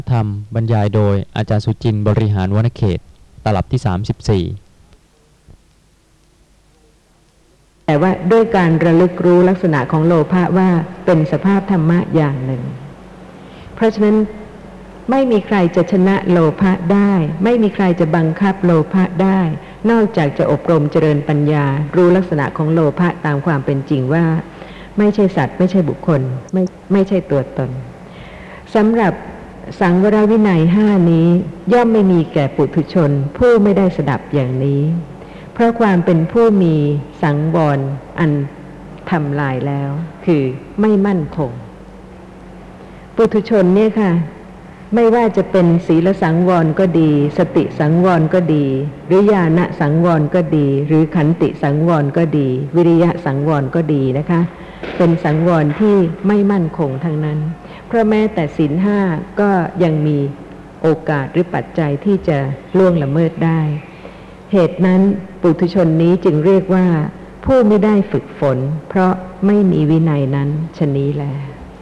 ธรรมบรรยายโดยอาจารย์สุจินต์บริหารวรรณเขตตลับที่34 แต่ว่าด้วยการระลึกรู้ลักษณะของโลภะว่าเป็นสภาพธรรมะอย่างหนึ่งเพราะฉะนั้นไม่มีใครจะชนะโลภะได้ไม่มีใครจะบังคับโลภะได้นอกจากจะอบรมเจริญปัญญารู้ลักษณะของโลภะตามความเป็นจริงว่าไม่ใช่สัตว์ไม่ใช่บุคคลไม่ใช่ตัวตนสำหรับสังวรวินัย5นี้ย่อมไม่มีแก่ปุถุชนผู้ไม่ได้สดับอย่างนี้เพราะความเป็นผู้มีสังวรอันทำลายแล้วคือไม่มั่นคงปุถุชนเนี่ยค่ะไม่ว่าจะเป็นศีลสังวรก็ดีสติสังวรก็ดีหรือญาณสังวรก็ดีหรือขันติสังวรก็ดีวิริยะสังวรก็ดีนะคะเป็นสังวรที่ไม่มั่นคงทั้งนั้นเพราะแม้แต่ศีล5ก็ยังมีโอกาสหรือปัจจัยที่จะล่วงละเมิดได้เหตุนั้นปุถุชนนี้จึงเรียกว่าผู้ไม่ได้ฝึกฝนเพราะไม่มีวินัยนั้นฉะนี้แล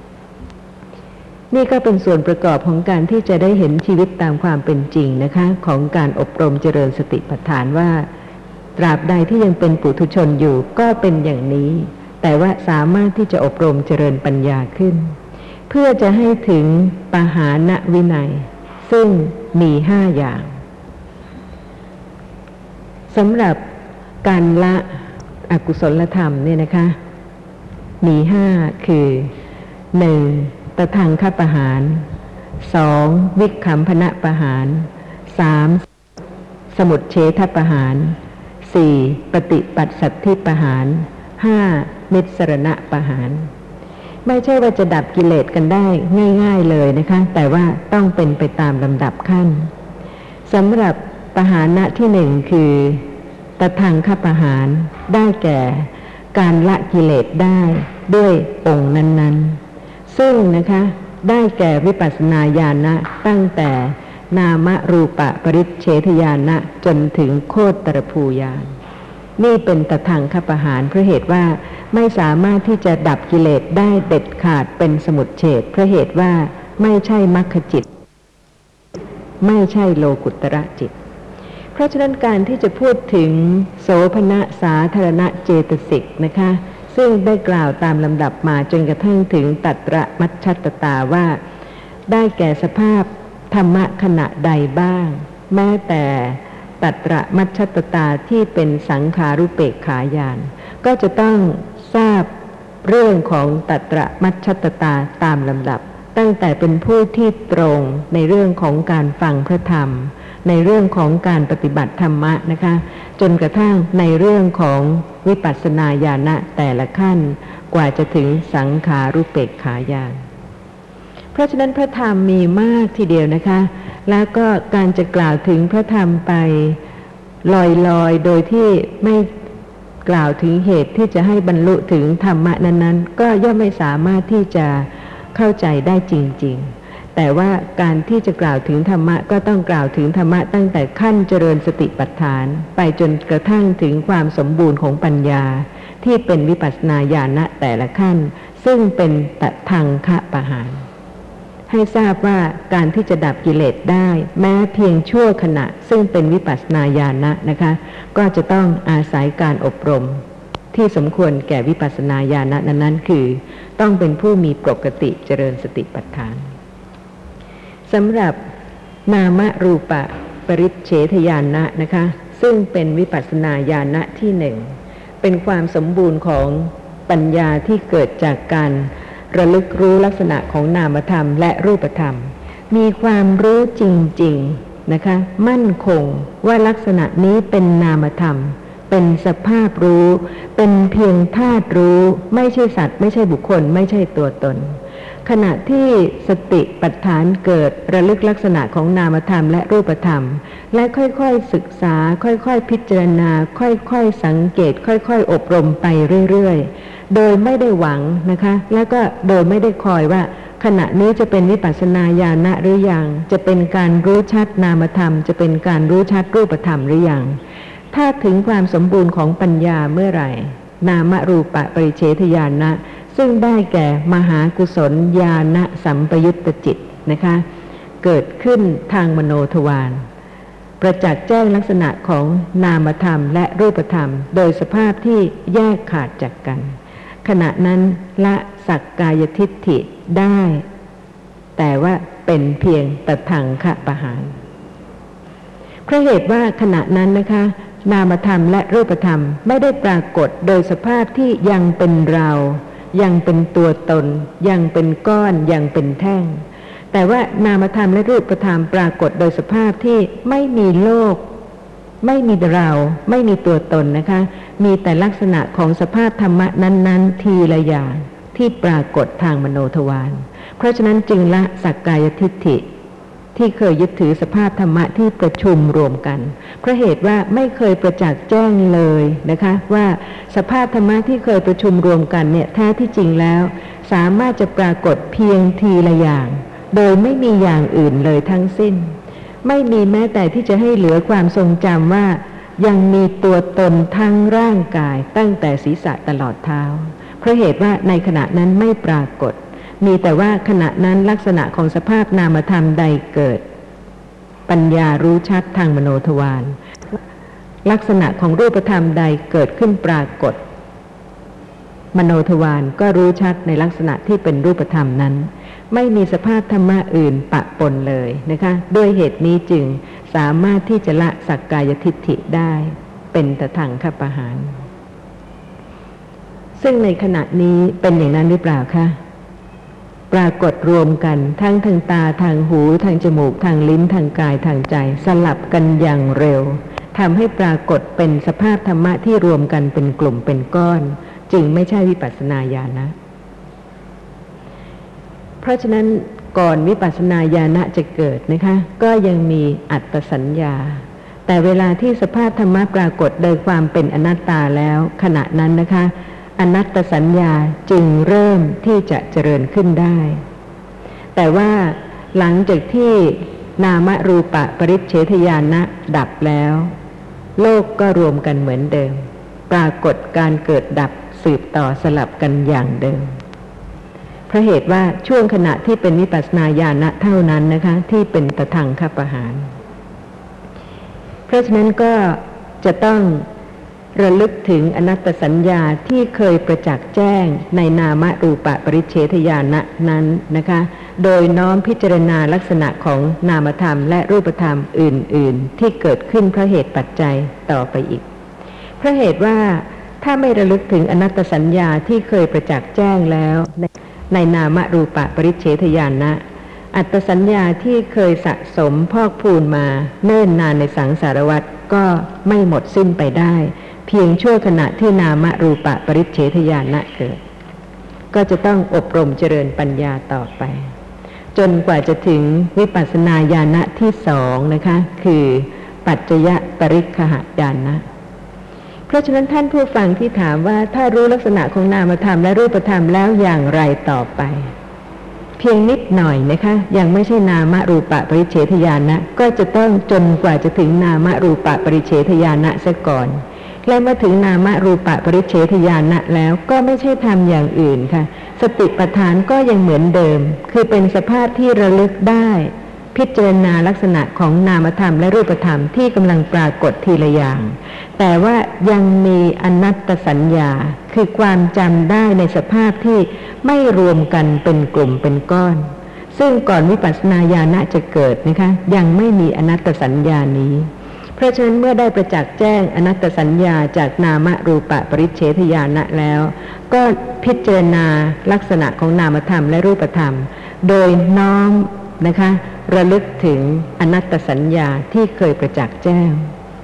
นี่ก็เป็นส่วนประกอบของการที่จะได้เห็นชีวิตตามความเป็นจริงนะคะของการอบรมเจริญสติปัฏฐานว่าตราบใดที่ยังเป็นปุถุชนอยู่ก็เป็นอย่างนี้แต่ว่าสามารถที่จะอบรมเจริญปัญญาขึ้นเพื่อจะให้ถึงปหานวินัยซึ่งมี5อย่างสำหรับการละอกุศลธรรมเนี่ยนะคะมี5คือ1ตทังคประหาร2วิคัมภนประหาร3สมุจเฉทประหาร4ปฏิปัสสัทธิประหาร5นิสสรณประหารไม่ใช่ว่าจะดับกิเลสกันได้ง่ายๆเลยนะคะแต่ว่าต้องเป็นไปตามลำดับขั้นสำหรับประหารที่1คือตทังคประหารได้แก่การละกิเลสได้ด้วยองค์นั้นๆซึ่งนะคะได้แก่วิปัสสนาญาณะตั้งแต่นามรูปปริเฉทญาณะจนถึงโคตรภูญาณนี่เป็นตทังคประหารเพราะเหตุว่าไม่สามารถที่จะดับกิเลสได้เด็ดขาดเป็นสมุจเฉทเพราะเหตุว่าไม่ใช่มรรคจิตไม่ใช่โลกุตระจิตเพราะฉะนั้นการที่จะพูดถึงโสภณสาธารณเจตสิกนะคะซึ่งได้กล่าวตามลำดับมาจนกระทั่งถึงตัตระมัชชัตตตาว่าได้แก่สภาพธรรมะขณะใดบ้างแม้แต่ตัตระมัชชัตตตาที่เป็นสังขารุเปกขาญาณก็จะต้องทราบเรื่องของตัตระมัชชัตตตาตามลำดับตั้งแต่เป็นผู้ที่ตรงในเรื่องของการฟังพระธรรมในเรื่องของการปฏิบัติธรรมะนะคะจนกระทั่งในเรื่องของวิปัสสนาญาณะแต่ละขั้นกว่าจะถึงสังขารุเปกขาญาณเพราะฉะนั้นพระธรรมมีมากทีเดียวนะคะแล้วก็การจะกล่าวถึงพระธรรมไปลอยๆโดยที่ไม่กล่าวถึงเหตุที่จะให้บรรลุถึงธรรมะนั้นๆก็ย่อมไม่สามารถที่จะเข้าใจได้จริงๆแต่ว่าการที่จะกล่าวถึงธรรมะก็ต้องกล่าวถึงธรรมะตั้งแต่ขั้นเจริญสติปัฏฐานไปจนกระทั่งถึงความสมบูรณ์ของปัญญาที่เป็นวิปัสสนาญาณะแต่ละขั้นซึ่งเป็นตทังคประหารให้ทราบว่าการที่จะดับกิเลสได้แม้เพียงชั่วขณะซึ่งเป็นวิปัสสนาญาณะนะคะก็จะต้องอาศัยการอบรมที่สมควรแก่วิปัสสนาญาณะนั้นๆคือต้องเป็นผู้มีปกติเจริญสติปัฏฐานสำหรับนามรูปปริเฉทญาณะนะคะซึ่งเป็นวิปัสสนาญาณะที่หนึ่งเป็นความสมบูรณ์ของปัญญาที่เกิดจากการระลึกรู้ลักษณะของนามธรรมและรูปธรรมมีความรู้จริงๆนะคะมั่นคงว่าลักษณะนี้เป็นนามธรรมเป็นสภาพรู้เป็นเพียงธาตุรู้ไม่ใช่สัตว์ไม่ใช่บุคคลไม่ใช่ตัวตนขณะที่สติปัฏฐานเกิดระลึกลักษณะของนามธรรมและรูปธรรมและค่อยๆศึกษาค่อยๆพิจารณาค่อยๆสังเกตค่อยๆอบรมไปเรื่อยๆโดยไม่ได้หวังนะคะแล้วก็โดยไม่ได้คอยว่าขณะนี้จะเป็นวิปัสสนาญาณะหรือยังจะเป็นการรู้ชัดนามธรรมจะเป็นการรู้ชัดรูปธรรมหรือยังถ้าถึงความสมบูรณ์ของปัญญาเมื่อไหร่นามรูปปริเฉทญาณะซึ่งได้แก่มหากุศลญาณสัมปยุตตจิตนะคะเกิดขึ้นทางมโนทวารประจักษ์แจ้งลักษณะของนามธรรมและรูปธรรมโดยสภาพที่แยกขาดจากกันขณะนั้นละสักกายทิฏฐิได้แต่ว่าเป็นเพียงตถังคประหารเพราะเหตุว่าขณะนั้นนะคะนามธรรมและรูปธรรมไม่ได้ปรากฏโดยสภาพที่ยังเป็นเรายังเป็นตัวตนยังเป็นก้อนยังเป็นแท่งแต่ว่านามธรรมและรูปธรรมปรากฏโดยสภาพที่ไม่มีโลกไม่มีเราไม่มีตัวตนนะคะมีแต่ลักษณะของสภาพธรรมะนั้นๆทีละอย่างที่ปรากฏทางมโนทวารเพราะฉะนั้นจึงละสักกายทิฏฐิที่เคยยึดถือสภาพธรรมะที่ประชุมรวมกันเพราะเหตุว่าไม่เคยประจักษ์แจ้งเลยนะคะว่าสภาพธรรมะที่เคยประชุมรวมกันเนี่ยแท้ที่จริงแล้วสามารถจะปรากฏเพียงทีละอย่างโดยไม่มีอย่างอื่นเลยทั้งสิ้นไม่มีแม้แต่ที่จะให้เหลือความทรงจำว่ายังมีตัวตนทั้งร่างกายตั้งแต่ศีรษะตลอดเท้าเพราะเหตุว่าในขณะนั้นไม่ปรากฏมีแต่ว่าขณะนั้นลักษณะของสภาพนามธรรมใดเกิดปัญญารู้ชัดทางมโนทวารลักษณะของรูปธรรมใดเกิดขึ้นปรากฏมโนทวารก็รู้ชัดในลักษณะที่เป็นรูปธรรมนั้นไม่มีสภาพธรรมะอื่นปะปนเลยนะคะด้วยเหตุนี้จึงสามารถที่จะละสักกายทิฏฐิได้เป็นตถังคประหารซึ่งในขณะนี้เป็นอย่างนั้นหรือเปล่าคะปรากฏรวมกันทั้งทางตาทางหูทางจมูกทางลิ้นทางกายทางใจสลับกันอย่างเร็วทำให้ปรากฏเป็นสภาพธรรมะที่รวมกันเป็นกลุ่มเป็นก้อนจึงไม่ใช่วิปัสสนาญาณะเพราะฉะนั้นก่อนวิปัสสนาญาณะจะเกิดนะคะก็ยังมีอัตตสัญญาแต่เวลาที่สภาพธรรมะปรากฏโดยความเป็นอนัตตาแล้วขณะนั้นนะคะอนัตตสัญญาจึงเริ่มที่จะเจริญขึ้นได้แต่ว่าหลังจากที่นามรูปะปริច្ฉทญาณะดับแล้วโลกก็รวมกันเหมือนเดิมปรากฏการเกิดดับสืบต่อสลับกันอย่างเดิมเพราะเหตุว่าช่วงขณะที่เป็นวิปัสสนาญาณะเท่านั้นนะคะที่เป็นตถังคประหารเพราะฉะนั้นก็จะต้องระลึกถึงอนัตตสัญญาที่เคยประจักษ์แจ้งในนามรูปะปริច្ฉทญาณะนั้นนะคะโดยน้อมพิจารณาลักษณะของนามธรรมและรูปธรรมอื่นๆที่เกิดขึ้นเพราะเหตุปัจจัยต่อไปอีกเพราะเหตุว่าถ้าไม่ระลึกถึงอนัตตสัญญาที่เคยประจักษ์แจ้งแล้วในนามรูปะปริច្ฉทญาณะอัตตสัญญาที่เคยสะสมพอกพูนมาเนิ่นนานในสังสารวัฏก็ไม่หมดสิ้นไปได้เพียงชั่วขณะที่นามรูปะปริច្ฉทญาณะเกิดก็จะต้องอบรมเจริญปัญญาต่อไปจนกว่าจะถึงวิปัสสนาญาณะที่สองนะคะคือปัจจยปริคหญาณะเพราะฉะนั้นท่านผู้ฟังที่ถามว่าถ้ารู้ลักษณะของนามธรรมและรูปธรรมแล้วอย่างไรต่อไปเพียงนิดหน่อยนะคะยังไม่ใช่นามรูปะปริច្ฉทญาณะก็จะต้องจนกว่าจะถึงนามรูปะปริច្ฉทญาณะซะก่อนและเมื่อถึงนามรูปะปริច្ฉทญาณะแล้วก็ไม่ใช่ทำอย่างอื่นค่ะสติปัฏฐานก็ยังเหมือนเดิมคือเป็นสภาพที่ระลึกได้พิจารณาลักษณะของนามธรรมและรูปธรรมที่กำลังปรากฏทีละอย่างแต่ว่ายังมีอนัตตสัญญาคือความจำได้ในสภาพที่ไม่รวมกันเป็นกลุ่มเป็นก้อนซึ่งก่อนวิปัสสนาญาณะจะเกิดนะคะยังไม่มีอนัตตสัญญานี้เพราะฉะนั้นเมื่อได้ประจักษ์แจ้งอนัตตสัญญาจากนามรูปะปริច្ฉทญาณะแล้วก็พิจารณาลักษณะของนามธรรมและรูปธรรมโดยน้อมนะคะระลึกถึงอนัตตสัญญาที่เคยประจักษ์แจ้ง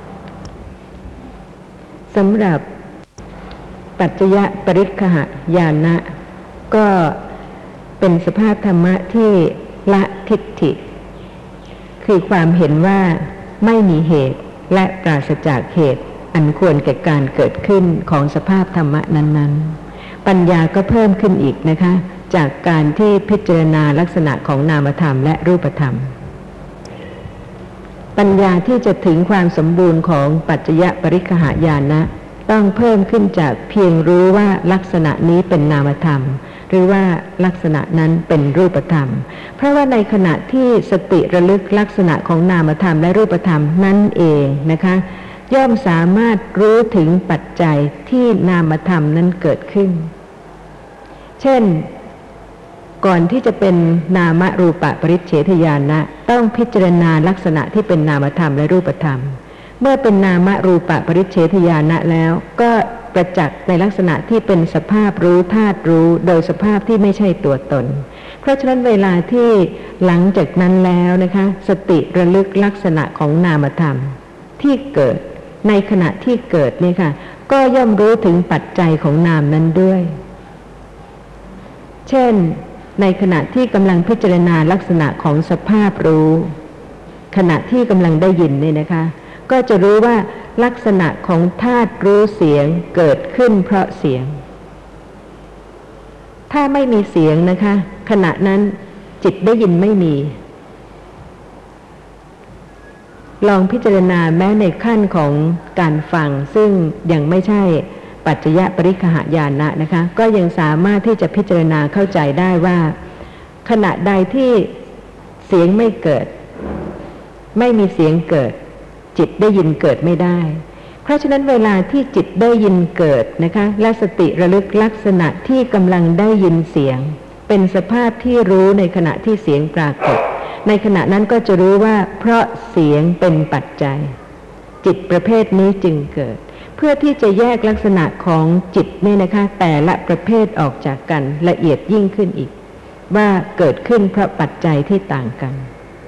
สำหรับปัจจยปริคหญาณะก็เป็นสภาพธรรมะที่ละทิฏฐิคือความเห็นว่าไม่มีเหตุและปราศจากเหตุอันควรแก่การเกิดขึ้นของสภาพธรรมะนั้นๆปัญญาก็เพิ่มขึ้นอีกนะคะจากการที่พิจารณาลักษณะของนามธรรมและรูปธรรมปัญญาที่จะถึงความสมบูรณ์ของปัจจยปริคหญาณะต้องเพิ่มขึ้นจากเพียงรู้ว่าลักษณะนี้เป็นนามธรรมหรือว่าลักษณะนั้นเป็นรูปธรรมเพราะว่าในขณะที่สติระลึกลักษณะของนามธรรมและรูปธรรมนั่นเองนะคะย่อมสามารถรู้ถึงปัจจัยที่นามธรรมนั้นเกิดขึ้นเช่นก่อนที่จะเป็นนามรูปปริจเฉทญาณะต้องพิจารณาลักษณะที่เป็นนามธรรมและรูปธรรมเมื่อเป็นนามรูปปริจเฉทญาณะแล้วก็ประจักษ์ในลักษณะที่เป็นสภาพรู้ธาตุรู้โดยสภาพที่ไม่ใช่ตัวตนเพราะฉะนั้นเวลาที่หลังจากนั้นแล้วนะคะสติระลึกลักษณะของนามธรรมที่เกิดในขณะที่เกิดนี่ค่ะก็ย่อมรู้ถึงปัจจัยของนามนั้นด้วยเช่นในขณะที่กำลังพิจารณาลักษณะของสภาพรู้ขณะที่กำลังได้ยินนี่นะคะก็จะรู้ว่าลักษณะของธาตุรู้เสียงเกิดขึ้นเพราะเสียงถ้าไม่มีเสียงนะคะขณะนั้นจิตได้ยินไม่มีลองพิจารณาแม้ในขั้นของการฟังซึ่งยังไม่ใช่ปัจจยปริคหญาณะนะคะก็ยังสามารถที่จะพิจารณาเข้าใจได้ว่าขณะใดที่เสียงไม่เกิดไม่มีเสียงเกิดจิตได้ยินเกิดไม่ได้เพราะฉะนั้นเวลาที่จิตได้ยินเกิดนะคะและสติระลึกลักษณะที่กำลังได้ยินเสียงเป็นสภาพที่รู้ในขณะที่เสียงปรากฏในขณะนั้นก็จะรู้ว่าเพราะเสียงเป็นปัจจัยจิตประเภทนี้จึงเกิดเพื่อที่จะแยกลักษณะของจิตนี่นะคะแต่ละประเภทออกจากกันละเอียดยิ่งขึ้นอีกว่าเกิดขึ้นเพราะปัจจัยที่ต่างกัน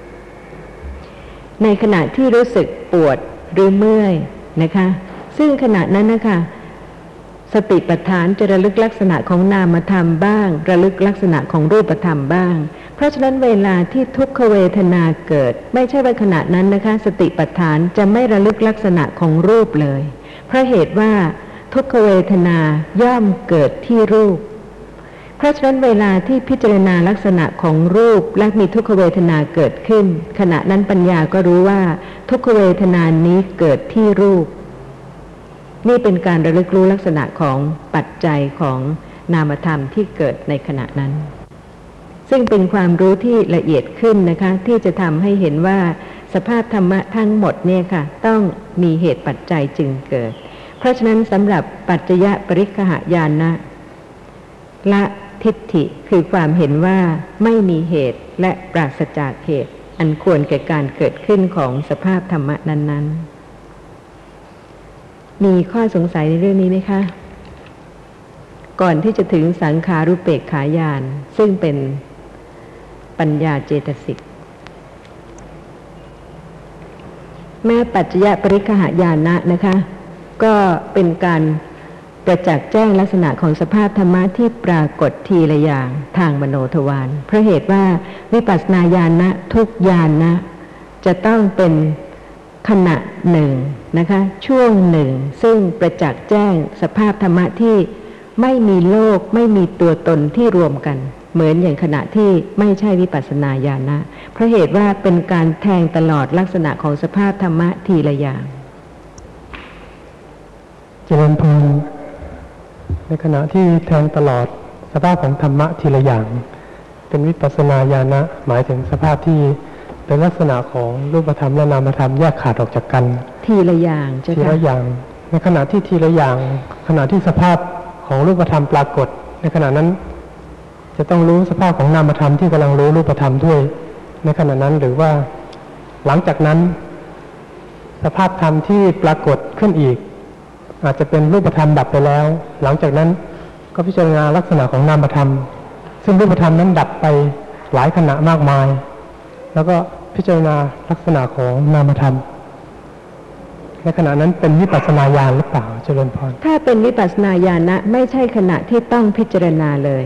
ในขณะที่รู้สึกปวดหรือเมื่อยนะคะซึ่งขณะนั้นนะคะสติปัฏฐานจะระลึกลักษณะของนามธรรมบ้างระลึกลักษณะของรูปธรรมบ้างเพราะฉะนั้นเวลาที่ทุกขเวทนาเกิดไม่ใช่ว่าขณะนั้นนะคะสติปัฏฐานจะไม่ระลึกลักษณะของรูปเลยเพราะเหตุว่าทุกขเวทนาย่อมเกิดที่รูปเพราะฉะนั้นเวลาที่พิจารณาลักษณะของรูปและมีทุกขเวทนาเกิดขึ้นขณะนั้นปัญญาก็รู้ว่าทุกขเวทนานี้เกิดที่รูปนี่เป็นการระลึกรู้ลักษณะของปัจจัยของนามธรรมที่เกิดในขณะนั้นซึ่งเป็นความรู้ที่ละเอียดขึ้นนะคะที่จะทำให้เห็นว่าสภาพธรรมะทั้งหมดเนี่ยค่ะต้องมีเหตุปัจจัยจึงเกิดเพราะฉะนั้นสำหรับปัจจยปริคหญาณะละทิฏฐิคือความเห็นว่าไม่มีเหตุและปราศจากเหตุอันควรแก่การเกิดขึ้นของสภาพธรรมะนั้นๆมีข้อสงสัยในเรื่องนี้ไหมคะก่อนที่จะถึงสังขารุปเปกขาญาณซึ่งเป็นปัญญาเจตสิกแม้ปัจจยปริคหญาณะนะคะก็เป็นการประจักษ์แจ้งลักษณะของสภาพธรรมะที่ปรากฏทีละอย่างทางมโนทวารเพราะเหตุว่าวิปัสสนาญาณะทุกญาณะจะต้องเป็นขณะหนึ่งนะคะช่วงหนึ่งซึ่งประจักษ์แจ้งสภาพธรรมะที่ไม่มีโลกไม่มีตัวตนที่รวมกันเหมือนอย่างขณะที่ไม่ใช่วิปัสสนาญาณะเพราะเหตุว่าเป็นการแทงตลอดลักษณะของสภาพธรรมะทีละอย่างเจริญพรในขณะที่แทงตลอดสภาพของธรรมะทีละอย่างเป็นวิปัสสนาญาณะหมายถึงสภาพที่เป็นลักษณะของรูปธรรมและนามธรรมแยกขาดออกจากกันทีละอย่างใช่ไหมทีละอย่างในขณะที่ทีละอย่างขณะที่สภาพของรูปธรรมปรากฏในขณะนั้นจะต้องรู้สภาพของนามธรรมที่กำลังรู้รูปธรรมด้วยในขณะนั้นหรือว่าหลังจากนั้นสภาพธรรมที่ปรากฏขึ้นอีกอาจจะเป็นรูปธรรมดับไปแล้วหลังจากนั้นก็พิจารณาลักษณะของนามธรรมซึ่งรูปธรรมนั้นดับไปหลายขณะมากมายแล้วก็พิจารณาลักษณะของนามธรรมในขณะนั้นเป็นวิปัสสนาญาณหรือเปล่าเจริญพรถ้าเป็นวิปัสสนาญาณะไม่ใช่ขณะที่ต้องพิจารณาเลย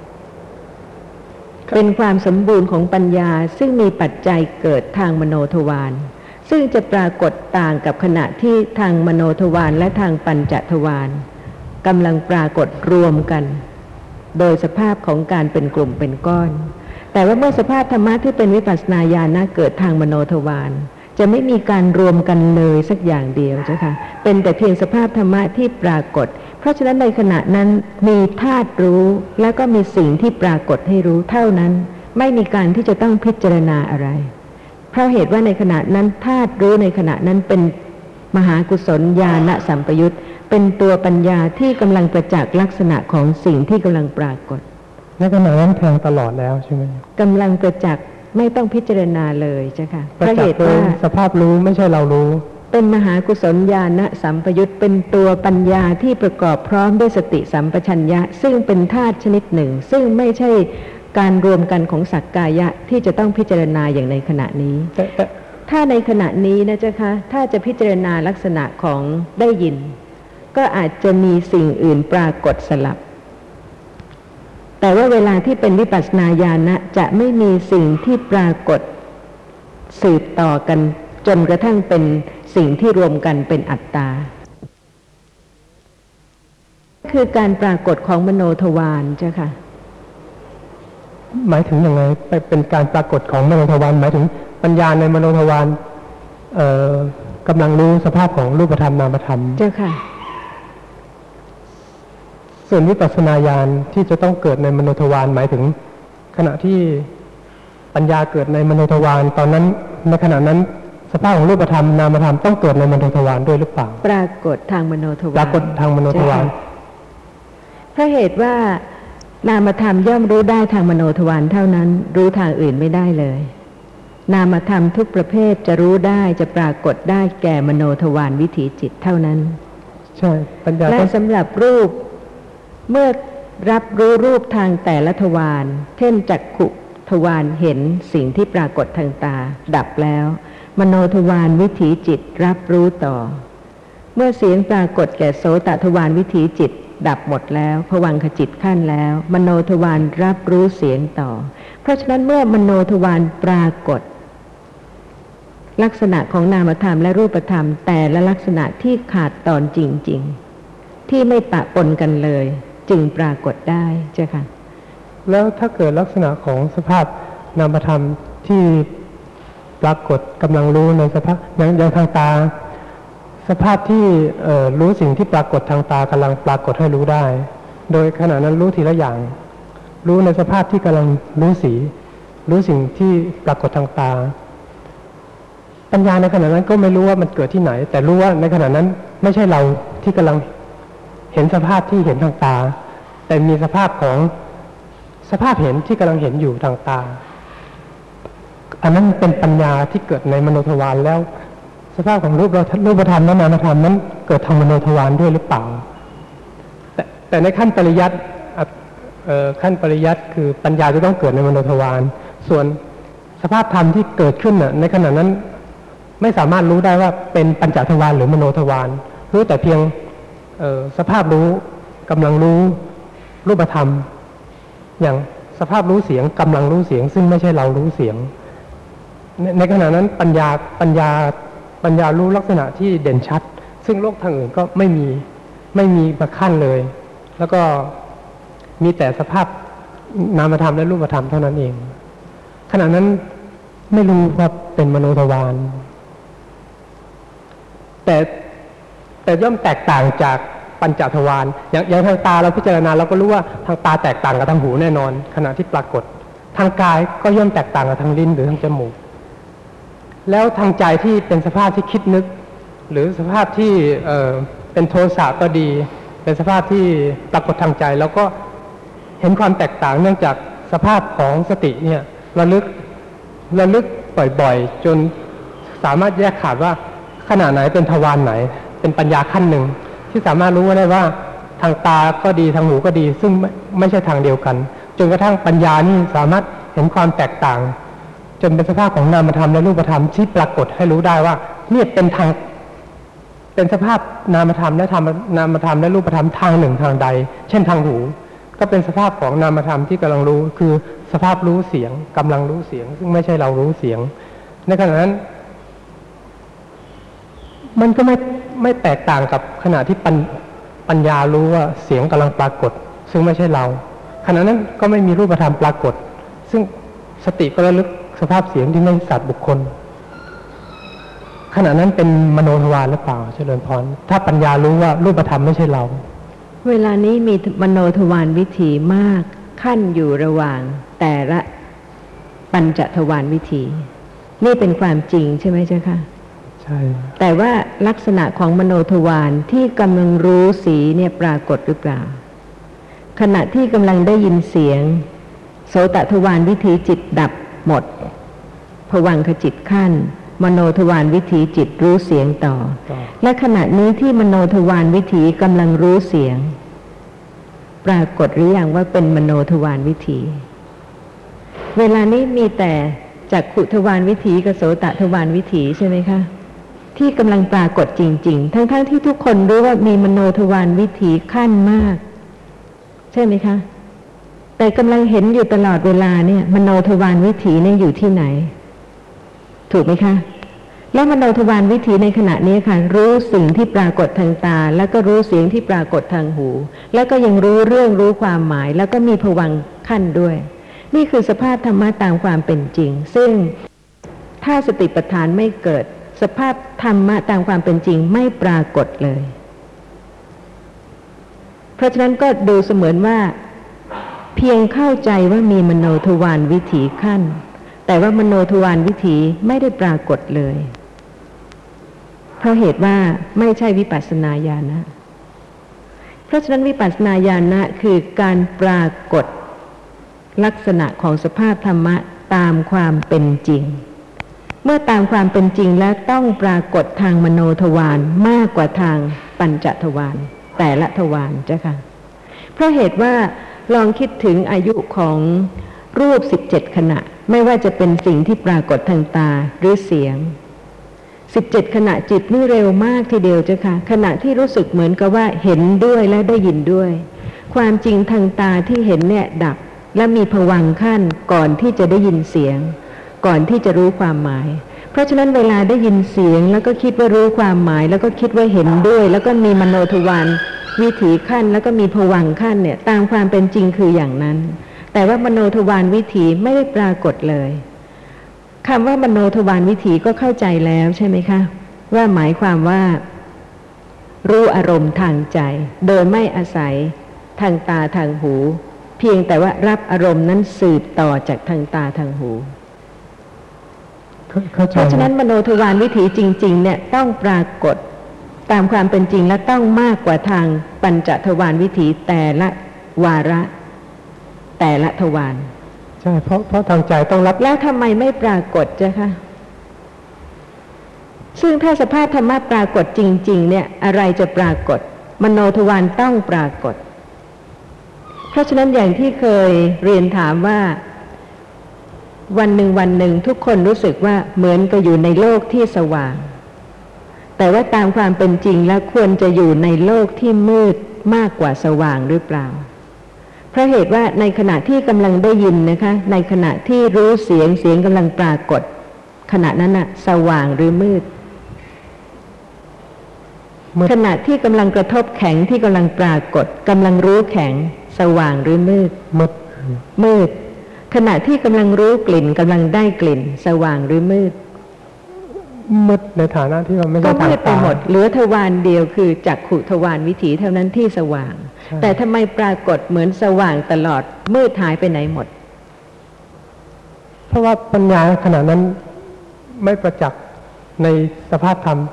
เป็นความสมบูรณ์ของปัญญาซึ่งมีปัจจัยเกิดทางมโนทวารซึ่งจะปรากฏต่างกับขณะที่ทางมโนทวารและทางปัญจทวารกำลังปรากฏรวมกันโดยสภาพของการเป็นกลุ่มเป็นก้อนแต่ว่าเมื่อสภาพธรรมะที่เป็นวิปัสสนาญาณะเกิดทางมโนทวารจะไม่มีการรวมกันเลยสักอย่างเดียวใช่ไหมคะเป็นแต่เพียงสภาพธรรมะที่ปรากฏราะฉะนั้นในขณะนั้นมีธาตุรู้แล้วก็มีสิ่งที่ปรากฏให้รู้เท่านั้นไม่มีการที่จะต้องพิจารณาอะไรเพราะเหตุว่าในขณะนั้นธาตุรู้ในขณะนั้นเป็นมหากุศลญาณสัมปยุตเป็นตัวปัญญาที่กำลังประจักษ์ลักษณะของสิ่งที่กำลังปรากฏในขณะนั้นแทงตลอดแล้วใช่ไหมกำลังประจักษ์ไม่ต้องพิจารณาเลยใช่ค่ะประจักษ์โดยสภาพรู้ไม่ใช่เรารู้เป็นมหากุศลญาณสัมปยุตเป็นตัวปัญญาที่ประกอบพร้อมด้วยสติสัมปชัญญะซึ่งเป็นธาตุชนิดหนึ่งซึ่งไม่ใช่การรวมกันของสักกายะที่จะต้องพิจารณาอย่างในขณะนี้ถ้าในขณะนี้นะเจ้าคะถ้าจะพิจารณาลักษณะของได้ยินก็อาจจะมีสิ่งอื่นปรากฏสลับแต่ว่าเวลาที่เป็นวิปัสสนาญาณะจะไม่มีสิ่งที่ปรากฏสืบต่อกันจนกระทั่งเป็นสิ่งที่รวมกันเป็นอัตตาคือการปรากฏของมโนทวารเจ้าค่ะหมายถึงยังไงเป็นการปรากฏของมโนทวารหมายถึงปัญญาในมโนทวารกำลังรู้สภาพของรูปธรรมนามธรรมเจ้าค่ะส่วนวิปัสสนาญาณที่จะต้องเกิดในมโนทวารหมายถึงขณะที่ปัญญาเกิดในมโนทวารตอนนั้นในขณะนั้นสภาพของรูปธรรมนามธรรมต้องเกิดในมโนทวารด้วยหรือเปล่าปรากฏทางมโนทวารปรากฏทางมโนทวารเพราะเหตุว่านามธรรมย่อมรู้ได้ทางมโนทวารเท่านั้นรู้ทางอื่นไม่ได้เลยนามธรรมทุกประเภทจะรู้ได้จะปรากฏได้แก่มโนทวารวิถีจิตเท่านั้นใช่ปัญญาและสำหรับรูปเมื่อรับรู้รูปทางแต่ละทวารเช่นจักขุทวารเห็นสิ่งที่ปรากฏทางตาดับแล้วมโนทวารวิถีจิตรับรู้ต่อเมื่อเสียงปรากฏแก่โสตทวารวิถีจิตดับหมดแล้วภวังคจิตขั้นแล้วมโนทวารรับรู้เสียงต่อเพราะฉะนั้นเมื่อมโนทวารปรากฏลักษณะของนามธรรมและรูปธรรมแต่ละลักษณะที่ขาดตอนจริงๆที่ไม่ปะปนกันเลยจึงปรากฏได้เจ้าค่ะแล้วถ้าเกิดลักษณะของสภาพนามธรรมที่ปรากฏกำลังรู้ในสภาพอย่างทางตาสภาพที่รู้สิ่งที่ปรากฏทางตากำลังปรากฏให้รู้ได้โดยขณะนั้นรู้ทีละอย่างรู้ในสภาพที่กำลังรู้สีรู้สิ่งที่ปรากฏทางตาปัญญาในขณะนั้นก็ไม่รู้ว่ามันเกิดที่ไหนแต่รู้ว่าในขณะนั้นไม่ใช่เราที่กำลังเห็นสภาพที่เห็นทางตาแต่มีสภาพของสภาพเห็นที่กำลังเห็นอยู่ทางตาอันนั้นเป็นปัญญาที่เกิดในมโนทวารแล้วสภาพของรูปธรรมและนามธรรมนั้นเกิดทางมโนทวารด้วยหรือเปล่าแต่ในขั้นปริยัติขั้นปริยัติคือปัญญาจะต้องเกิดในมโนทวารส่วนสภาพธรรมที่เกิดขึ้นในขณะนั้นไม่สามารถรู้ได้ว่าเป็นปัญจทวารหรือมโนทวารรู้แต่เพียงสภาพรู้กำลังรู้รูปธรรมอย่างสภาพรู้เสียงกำลังรู้เสียงซึ่งไม่ใช่เรารู้เสียงในขณะนั้นปัญญารู้ลักษณะที่เด่นชัดซึ่งโลกทางอื่นก็ไม่มีมาขั้นเลยแล้วก็มีแต่สภาพนามธรรมและรูปธรรมเท่านั้นเองขณะนั้นไม่รู้ว่าเป็นมโนทวารแต่ย่อมแตกต่างจากปัญจทวารอย่างทางตาเราพิจารณาเราก็รู้ว่าทางตาแตกต่างกับทางหูแน่นอนขณะที่ปรากฏทางกายก็ย่อมแตกต่างกับทางลิ้นหรือทางจมูกแล้วทางใจที่เป็นสภาพที่คิดนึกหรือสภาพที่เป็นโทสะก็ดีเป็นสภาพที่ปรากฏทางใจแล้วก็เห็นความแตกต่างเนื่องจากสภาพของสติเนี่ยระลึกบ่อยๆจนสามารถแยกขาดว่าขณะไหนเป็นทวารไหนเป็นปัญญาขั้นหนึ่งที่สามารถรู้ได้ว่าทางตาก็ดีทางหูก็ดีซึ่งไม่ใช่ทางเดียวกันจนกระทั่งปัญญานี่สามารถเห็นความแตกต่างจนเป็นสภาพของนามธรรมและรูปธรรมที่ปรากฏให้รู้ได้ว่าเนี่ยเป็นสภาพนามธรรมและนามธรรมและรูปธรรมทางหนึ่งทางใดเช่นทางหูก็เป็นสภาพของนามธรรมที่กำลังรู้คือสภาพรู้เสียงกำลังรู้เสียงซึ่งไม่ใช่เรารู้เสียงในขณะนั้นมันก็ไม่แตกต่างกับขณะที่ปัญญารู้ว่าเสียงกำลังปรากฏซึ่งไม่ใช่เราขณะนั้นก็ไม่มีรูปธรรมปรากฏซึ่งสติก็ระลึกสภาพเสียงที่ไม่สัตว์บุคคลขณะนั้นเป็นมโนทวารหรือเปล่าเจริญพรถ้าปัญญารู้ว่ารูปธรรมไม่ใช่เราเวลานี้มีมโนทวารวิถีมากขั้นอยู่ระหว่างแต่ละปัญจทวารวิถีนี่เป็นความจริงใช่ไหมเจ้าค่ะใช่แต่ว่าลักษณะของมโนทวารที่กำลังรู้สีเนี่ยปรากฏหรือเปล่าขณะที่กำลังได้ยินเสียงโสตทวารวิถีจิตดับหมดภวังคจิตขั้นมโนทวารวิถีจิตรู้เสียงต่อและขณะนี้ที่มโนทวารวิถีกำลังรู้เสียงปรากฏหรือยังว่าเป็นมโนทวารวิถีเวลานี้มีแต่จักขุทวารวิถีกับโสตทวารวิถีใช่ไหมคะที่กำลังปรากฏจริงๆทั้งที่ทุกคนรู้ว่ามีมโนทวารวิถีขั้นมากใช่ไหมคะแต่กำลังเห็นอยู่ตลอดเวลาเนี่ยมโนทวารวิถีเนี่ยอยู่ที่ไหนถูกไหมคะแล้วมโนทวารวิถีในขณะนี้ค่ะรู้สิ่งที่ปรากฏทางตาแล้วก็รู้เสียงที่ปรากฏทางหูแล้วก็ยังรู้เรื่องรู้ความหมายแล้วก็มีภวังค์ขั้นด้วยนี่คือสภาพธรรมะตามความเป็นจริงซึ่งถ้าสติปัฏฐานไม่เกิดสภาพธรรมะตามความเป็นจริงไม่ปรากฏเลยเพราะฉะนั้นก็ดูเสมือนว่าเพียงเข้าใจว่ามีมโนทวารวิถีขั้นแต่ว่ามโนทวารวิถีไม่ได้ปรากฏเลยเพราะเหตุว่าไม่ใช่วิปัสสนาญาณะเพราะฉะนั้นวิปัสสนาญาณะคือการปรากฏลักษณะของสภาพธรรมะตามความเป็นจริงเมื่อตามความเป็นจริงแล้วต้องปรากฏทางมโนทวารมากกว่าทางปัญจทวารแต่ละทวารเจ้าค่ะเพราะเหตุว่าลองคิดถึงอายุของรูป17ขณะไม่ว่าจะเป็นสิ่งที่ปรากฏทางตาหรือเสียง17ขณะจิตนี่เร็วมากทีเดียวเจ้าค่ะขณะที่รู้สึกเหมือนกับว่าเห็นด้วยและได้ยินด้วยความจริงทางตาที่เห็นเนี่ยดับและมีภวังค์ขั้นก่อนที่จะได้ยินเสียงก่อนที่จะรู้ความหมายเพราะฉะนั้นเวลาได้ยินเสียงแล้วก็คิดว่ารู้ความหมายแล้วก็คิดว่าเห็นด้วยแล้วก็มีมโนทวารวิถีขั้นแล้วก็มีภวังค์ขั้นเนี่ยตามความเป็นจริงคืออย่างนั้นแต่ว่ามโนทวารวิถีไม่ได้ปรากฏเลยคำว่ามโนทวารวิถีก็เข้าใจแล้วใช่ไหมคะว่าหมายความว่ารู้อารมณ์ทางใจโดยไม่อาศัยทางตาทางหูเพียงแต่ว่ารับอารมณ์นั้นสืบต่อจากทางตาทางหูเพราะฉะนั้นมโนทวารวิถีจริงๆเนี่ยต้องปรากฏตามความเป็นจริงและต้องมากกว่าทางปัญจทวารวิถีแต่ละวาระแต่ละทวารใช่เพราะทางใจต้องรับแล้วทำไมไม่ปรากฏจ้ะคะซึ่งถ้าสภาพธรรมะปรากฏจริงๆเนี่ยอะไรจะปรากฏมโนทวารต้องปรากฏเพราะฉะนั้นอย่างที่เคยเรียนถามว่าวันหนึ่งทุกคนรู้สึกว่าเหมือนกับอยู่ในโลกที่สว่างแต่ว่าตามความเป็นจริงแล้วควรจะอยู่ในโลกที่มืดมากกว่าสว่างหรือเปล่าเพราะเหตุว่าในขณะที่กำลังได้ยินนะคะในขณะที่รู้เสียงกำลังปรากฏขณะนั้นน่ะสว่างหรือมืดขณะที่กำลังกระทบแข็งที่กำลังปรากฏกำลังรู้แข็งสว่างหรือมืดมืดขณะที่กำลังรู้กลิ่นกำลังได้กลิ่นสว่างหรือมืดในฐานะที่มันไม่ใช่ทางตาก็มืดไปหมดเหลือทวารเดียวคือจักขุทวารวิถีเท่านั้นที่สว่างแต่ทำไมปรากฏเหมือนสว่างตลอดมืดหายไปไหนหมดเพราะว่าปัญญาขณะนั้นไม่ประจักษ์ในสภาพธรรม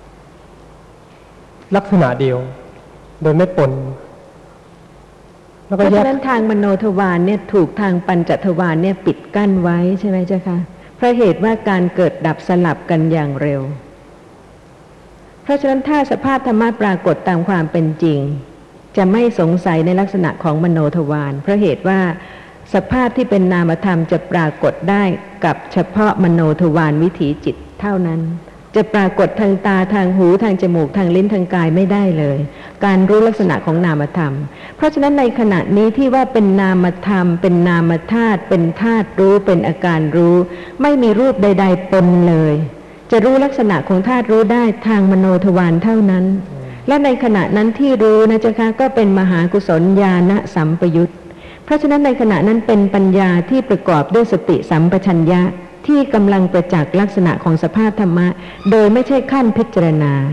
ลักษณะเดียวโดยไม่ปนเพราะฉะนั้นทางมโนทวารเนี่ยถูกทางปัญจทวารเนี่ยปิดกั้นไว้ใช่ไหมเจ้าคะเพราะเหตุว่าการเกิดดับสลับกันอย่างเร็วเพราะฉะนั้นถ้าสภาพธรรมะปรากฏตามความเป็นจริงจะไม่สงสัยในลักษณะของมโนทวารเพราะเหตุว่าสภาพที่เป็นนามธรรมจะปรากฏได้กับเฉพาะมโนทวารวิถีจิตเท่านั้นจะปรากฏทางตาทางหูทางจมูกทางลิ้นทางกายไม่ได้เลยการรู้ลักษณะของนามธรรมเพราะฉะนั้นในขณะนี้ที่ว่าเป็นนามธรรมเป็นนามธาตุเป็นธาตุรู้เป็นอาการรู้ไม่มีรูปใดๆปนเลยจะรู้ลักษณะของธาตุรู้ได้ทางมโนทวารเท่านั้นและในขณะนั้นที่รู้นะเจ้าค่ะก็เป็นมหากุศลญาณสัมปยุตเพราะฉะนั้นในขณะนั้นเป็นปัญญาที่ประกอบด้วยสติสัมปชัญญะที่กำลังประจักษ์ลักษณะของสภาพธรรมะโดยไม่ใช่ขั้นพิจารณา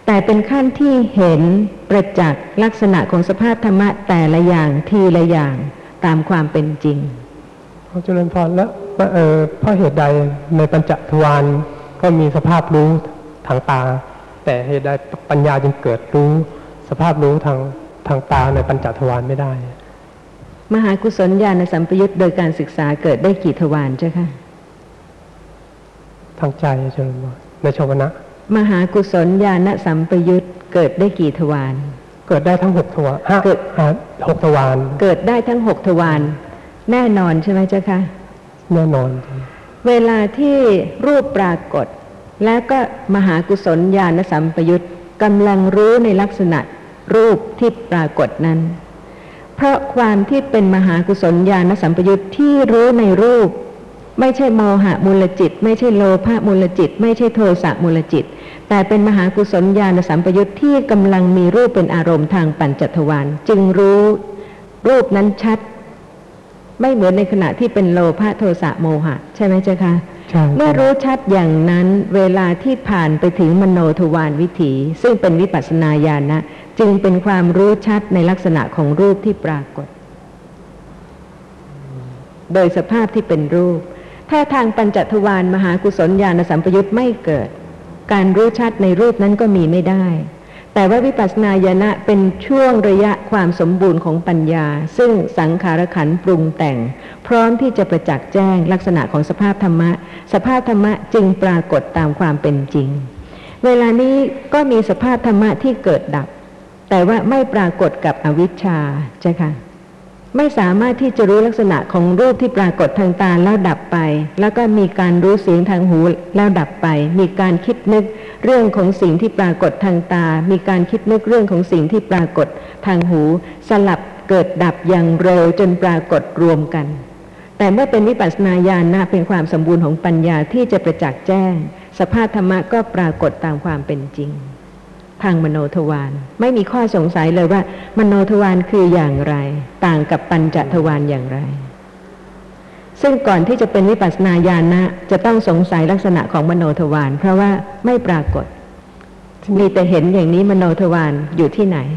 แต่เป็นขั้นที่เห็นประจักษ์ลักษณะของสภาพธรรมะแต่ละอย่างทีละอย่างตามความเป็นจริงพระเจริญพรแล้วเพราะเหตุใดในปัญจทวารก็มีสภาพรู้ทางตาแต่เหตุใดปัญญาจึงเกิดรู้สภาพรู้ทางตาในปัญจทวารไม่ได้มหากุศลญาณสัมปยุตโดยการศึกษาเกิดได้กี่ทวารเจ้าคะทางใจเจริญพรในชวนะมหากุศลญาณสัมปยุตเกิดได้กี่ทวารเกิดได้ทั้ง6ทวาร6ทวารเกิดได้ทั้ง6ทวารแน่นอนใช่ไหมเจ้าคะแน่นอนเวลาที่รูปปรากฏแล้วก็มหากุศลญาณสัมปยุตกำลังรู้ในลักษณะรูปที่ปรากฏนั้นเพราะความที่เป็นมหากุศลญาณสัมปยุตที่รู้ในรูปไม่ใช่โมหะมูลจิตไม่ใช่โลภะมูลจิตไม่ใช่โทสะมูลจิตแต่เป็นมหากุศลญาณสัมปยุตที่กำลังมีรูปเป็นอารมณ์ทางปัญจทวารจึงรู้รูปนั้นชัดไม่เหมือนในขณะที่เป็นโลภะโทสะโมหะใช่ไหมเจ้าคะเมื่อรู้ชัดอย่างนั้นเวลาที่ผ่านไปถึงมโนทวารวิถีซึ่งเป็นวิปัสสนาญาณนะจึงเป็นความรู้ชัดในลักษณะของรูปที่ปรากฏโดยสภาพที่เป็นรูปถ้าทางปัญจทวารมหากุศลญาณสัมปยุตไม่เกิดการรู้ชัดในรูปนั้นก็มีไม่ได้แต่ว่าวิปัสสนาญาณะเป็นช่วงระยะความสมบูรณ์ของปัญญาซึ่งสังขารขันธ์ปรุงแต่งพร้อมที่จะประจักษ์แจ้งลักษณะของสภาพธรรมะสภาพธรรมะจึงปรากฏตามความเป็นจริงเวลานี้ก็มีสภาพธรรมะที่เกิดดับแต่ว่าไม่ปรากฏกับอวิชชาใช่ค่ะไม่สามารถที่จะรู้ลักษณะของรูปที่ปรากฏทางตาแล้วดับไปแล้วก็มีการรู้เสียงทางหูแล้วดับไปมีการคิดนึกเรื่องของสิ่งที่ปรากฏทางตามีการคิดนึกเรื่องของสิ่งที่ปรากฏทางหูสลับเกิดดับอย่างเร็วจนปรากฏรวมกันแต่เมื่อเป็นวิปัสสนาญาณเป็นความสมบูรณ์ของปัญญาที่จะประจักษ์แจ้งสภาพธรรมะก็ปรากฏตามความเป็นจริงทางมโนทวารไม่มีข้อสงสัยเลยว่ามโนทวารคืออย่างไรต่างกับปัญจทวารอย่างไรซึ่งก่อนที่จะเป็นวิปัสสนาญาณจะต้องสงสัยลักษณะของมโนทวารเพราะว่าไม่ปรากฏมีแต่เห็นอย่างนี้มโนทวารอยู่ที่ไหน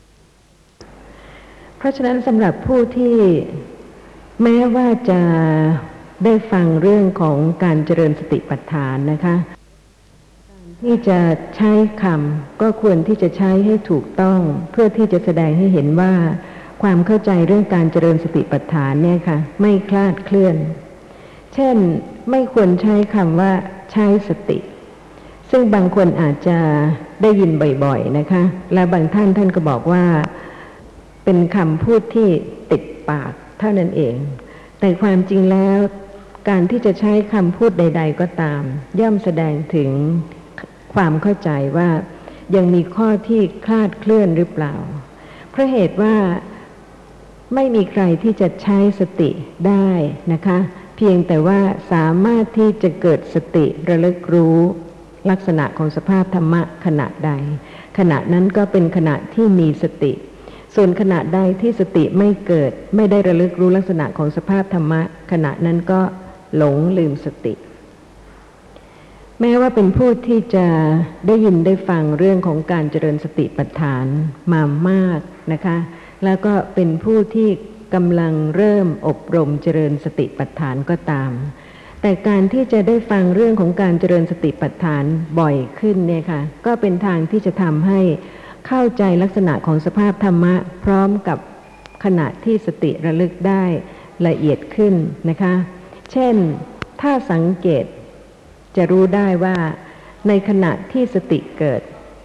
เพราะฉะนั้นสำหรับผู้ที่แม้ว่าจะได้ฟังเรื่องของการเจริญสติปัฏฐานนะคะที่จะใช้คำก็ควรที่จะใช้ให้ถูกต้องเพื่อที่จะแสดงให้เห็นว่าความเข้าใจเรื่องการเจริญสติปัฏฐานเนี่ยค่ะไม่คลาดเคลื่อนเช่นไม่ควรใช้คำว่าใช้สติซึ่งบางคนอาจจะได้ยินบ่อยๆนะคะและบางท่านก็บอกว่าเป็นคำพูดที่ติดปากเท่านั้นเองแต่ความจริงแล้วการที่จะใช้คำพูดใดๆก็ตามย่อมแสดงถึงความเข้าใจว่ายังมีข้อที่คลาดเคลื่อนหรือเปล่าเพราะเหตุว่าไม่มีใครที่จะใช้สติได้นะคะเพียงแต่ว่าสามารถที่จะเกิดสติระลึกรู้ลักษณะของสภาพธรรมะขณะใดขณะนั้นก็เป็นขณะที่มีสติส่วนขณะใดที่สติไม่เกิดไม่ได้ระลึกรู้ลักษณะของสภาพธรรมะขณะนั้นก็หลงลืมสติแม้ว่าเป็นผู้ที่จะได้ยินได้ฟังเรื่องของการเจริญสติปัฏฐานมามากนะคะแล้วก็เป็นผู้ที่กำลังเริ่มอบรมเจริญสติปัฏฐานก็ตามแต่การที่จะได้ฟังเรื่องของการเจริญสติปัฏฐานบ่อยขึ้นเนี่ยค่ะก็เป็นทางที่จะทำให้เข้าใจลักษณะของสภาพธรรมะพร้อมกับขณะที่สติระลึกได้ละเอียดขึ้นนะคะเช่นถ้าสังเกตจะรู้ได้ว่าในขณะที่สติเกิด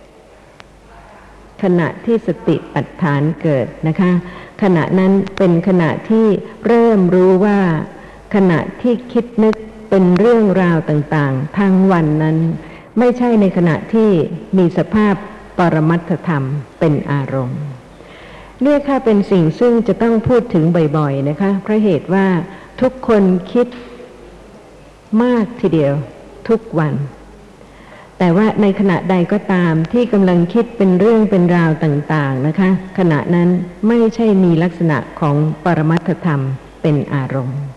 ขณะที่สติปัฏฐานเกิดนะคะขณะนั้นเป็นขณะที่เริ่มรู้ว่าขณะที่คิดนึกเป็นเรื่องราวต่างๆทั้งวันนั้นไม่ใช่ในขณะที่มีสภาพปรมัตถธรรมเป็นอารมณ์เนี่ยค่ะเป็นสิ่งซึ่งจะต้องพูดถึงบ่อยๆนะคะเพราะเหตุว่าทุกคนคิดมากทีเดียวทุกวันแต่ว่าในขณะใดก็ตามที่กำลังคิดเป็นเรื่องเป็นราวต่างๆนะคะขณะนั้นไม่ใช่มีลักษณะของปรมัตถธรรมเป็นอารมณ์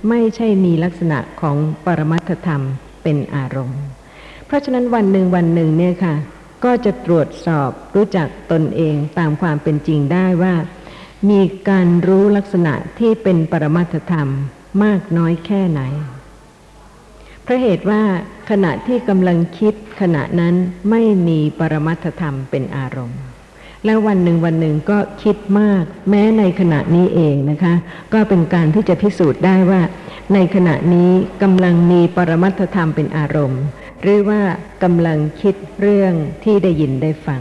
ไม่ใช่มีลักษณะของปรมัตถธรรมเป็นอารมณ์เพราะฉะนั้นวันหนึ่งเนี่ยค่ะก็จะตรวจสอบรู้จักตนเองตามความเป็นจริงได้ว่ามีการรู้ลักษณะที่เป็นปรมัตถธรรมมากน้อยแค่ไหนเพราะเหตุว่าขณะที่กำลังคิดขณะนั้นไม่มีปรมัตถธรรมเป็นอารมณ์แล้ววันหนึ่งก็คิดมากแม้ในขณะนี้เองนะคะก็เป็นการที่จะพิสูจน์ได้ว่าในขณะนี้กำลังมีปรมัตถธรรมเป็นอารมณ์หรือว่ากำลังคิดเรื่องที่ได้ยินได้ฟัง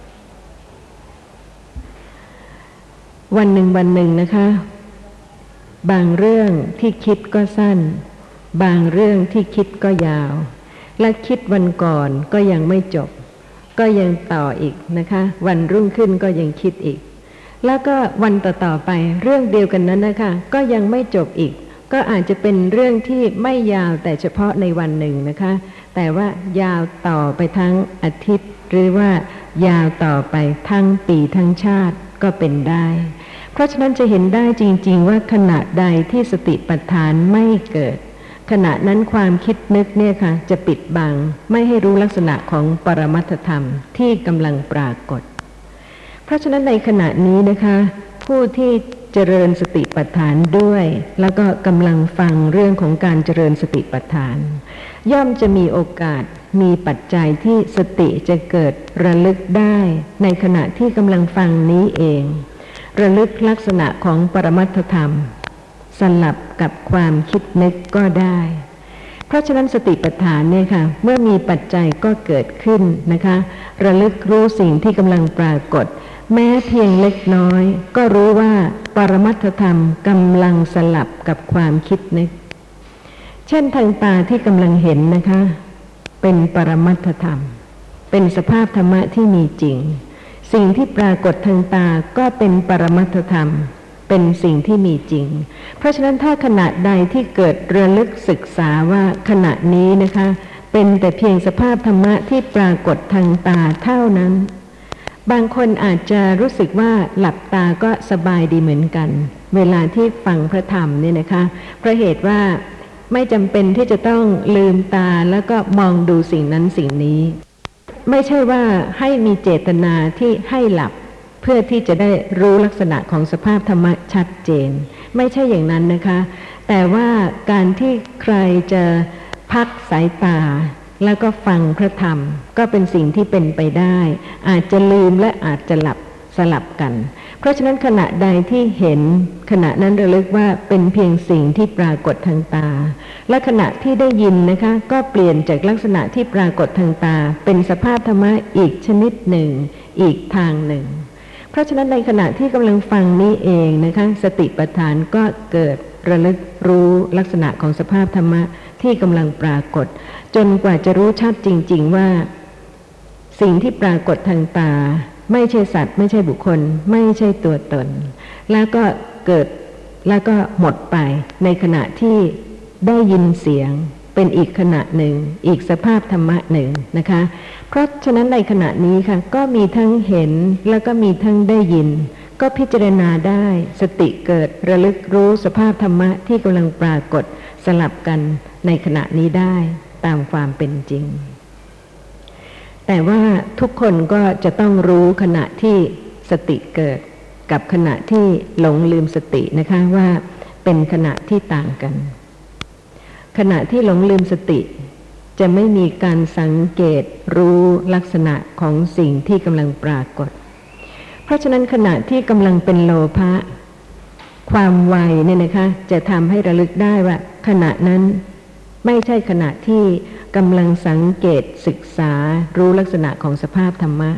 วันหนึ่งนะคะบางเรื่องที่คิดก็สั้นบางเรื่องที่คิดก็ยาวและคิดวันก่อนก็ยังไม่จบก็ยังต่ออีกนะคะวันรุ่งขึ้นก็ยังคิดอีกแล้วก็วันต่อไปเรื่องเดียวกันนั้นนะคะก็ยังไม่จบอีกก็อาจจะเป็นเรื่องที่ไม่ยาวแต่เฉพาะในวันหนึ่งนะคะแต่ว่ายาวต่อไปทั้งอาทิตย์หรือว่ายาวต่อไปทั้งปีทั้งชาติก็เป็นได้เพราะฉะนั้นจะเห็นได้จริงๆว่าขณะใดที่สติปัฏฐานไม่เกิดขณะนั้นความคิดนึกเนี่ยค่ะจะปิดบังไม่ให้รู้ลักษณะของปรมัตถธรรมที่กำลังปรากฏเพราะฉะนั้นในขณะนี้นะคะผู้ที่เจริญสติปัฏฐานด้วยแล้วก็กำลังฟังเรื่องของการเจริญสติปัฏฐานย่อมจะมีโอกาสมีปัจจัยที่สติจะเกิดระลึกได้ในขณะที่กำลังฟังนี้เองระลึกลักษณะของปรมัตถธรรมสลับกับความคิดนึกก็ได้เพราะฉะนั้นสติปัฏฐานเนี่ยค่ะเมื่อมีปัจจัยก็เกิดขึ้นนะคะระลึกรู้สิ่งที่กำลังปรากฏแม้เพียงเล็กน้อยก็รู้ว่าปรมัตถธรรมกำลังสลับกับความคิดนึกเช่นทางตาที่กำลังเห็นนะคะเป็นปรมัตถธรรมเป็นสภาพธรรมะที่มีจริงสิ่งที่ปรากฏทางตาก็เป็นปรมัตถธรรมเป็นสิ่งที่มีจริงเพราะฉะนั้นถ้าขณะใดที่เกิดระลึกศึกษาว่าขณะนี้นะคะเป็นแต่เพียงสภาพธรรมะที่ปรากฏทางตาเท่านั้นบางคนอาจจะรู้สึกว่าหลับตาก็สบายดีเหมือนกันเวลาที่ฟังพระธรรมเนี่ยนะคะเพราะเหตุว่าไม่จำเป็นที่จะต้องลืมตาแล้วก็มองดูสิ่งนั้นสิ่งนี้ไม่ใช่ว่าให้มีเจตนาที่ให้หลับเพื่อที่จะได้รู้ลักษณะของสภาพธรรมะชัดเจนไม่ใช่อย่างนั้นนะคะแต่ว่าการที่ใครจะพักสายตาแล้วก็ฟังพระธรรมก็เป็นสิ่งที่เป็นไปได้อาจจะลืมและอาจจะหลับสลับกันเพราะฉะนั้นขณะใดที่เห็นขณะนั้นระลึกว่าเป็นเพียงสิ่งที่ปรากฏทางตาและขณะที่ได้ยินนะคะก็เปลี่ยนจากลักษณะที่ปรากฏทางตาเป็นสภาพธรรมะอีกชนิดหนึ่งอีกทางหนึ่งเพราะฉะนั้นในขณะที่กำลังฟังนี้เองนะคะสติปัฏฐานก็เกิดระลึกรู้ลักษณะของสภาพธรรมะที่กำลังปรากฏจนกว่าจะรู้ชัดจริงๆว่าสิ่งที่ปรากฏทางตาไม่ใช่สัตว์ไม่ใช่บุคคลไม่ใช่ตัวตนแล้วก็เกิดแล้วก็หมดไปในขณะที่ได้ยินเสียงเป็นอีกขณะหนึ่งอีกสภาพธรรมะหนึ่งนะคะเพราะฉะนั้นในขณะนี้ค่ะก็มีทั้งเห็นแล้วก็มีทั้งได้ยินก็พิจารณาได้สติเกิดระลึกรู้สภาพธรรมะที่กำลังปรากฏสลับกันในขณะนี้ได้ตามความเป็นจริงแต่ว่าทุกคนก็จะต้องรู้ขณะที่สติเกิดกับขณะที่หลงลืมสตินะคะว่าเป็นขณะที่ต่างกันขณะที่หลงลืมสติจะไม่มีการสังเกตรู้ลักษณะของสิ่งที่กำลังปรากฏเพราะฉะนั้นขณะที่กำลังเป็นโลภะความไวเนี่ยนะคะจะทำให้ระลึกได้ว่าขณะนั้นไม่ใช่ขณะที่กำลังสังเกตศึกษารู้ลักษณะของสภาพธรรมะ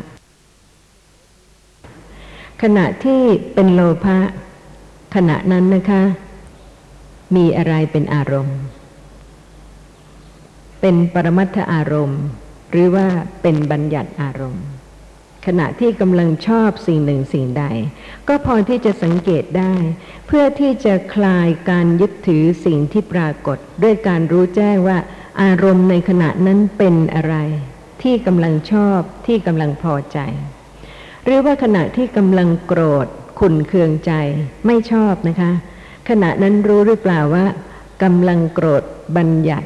ขณะที่เป็นโลภะขณะนั้นนะคะมีอะไรเป็นอารมณ์เป็นปรมัตถอารมณ์หรือว่าเป็นบัญญัติอารมณ์ขณะที่กำลังชอบสิ่งหนึ่งสิ่งใดก็พอที่จะสังเกตได้เพื่อที่จะคลายการยึดถือสิ่งที่ปรากฏด้วยการรู้แจ้งว่าอารมณ์ในขณะนั้นเป็นอะไรที่กำลังชอบที่กำลังพอใจหรือว่าขณะที่กำลังโกรธขุ่นเคืองใจไม่ชอบนะคะขณะนั้นรู้หรือเปล่าว่ากำลังโกรธบัญญัติ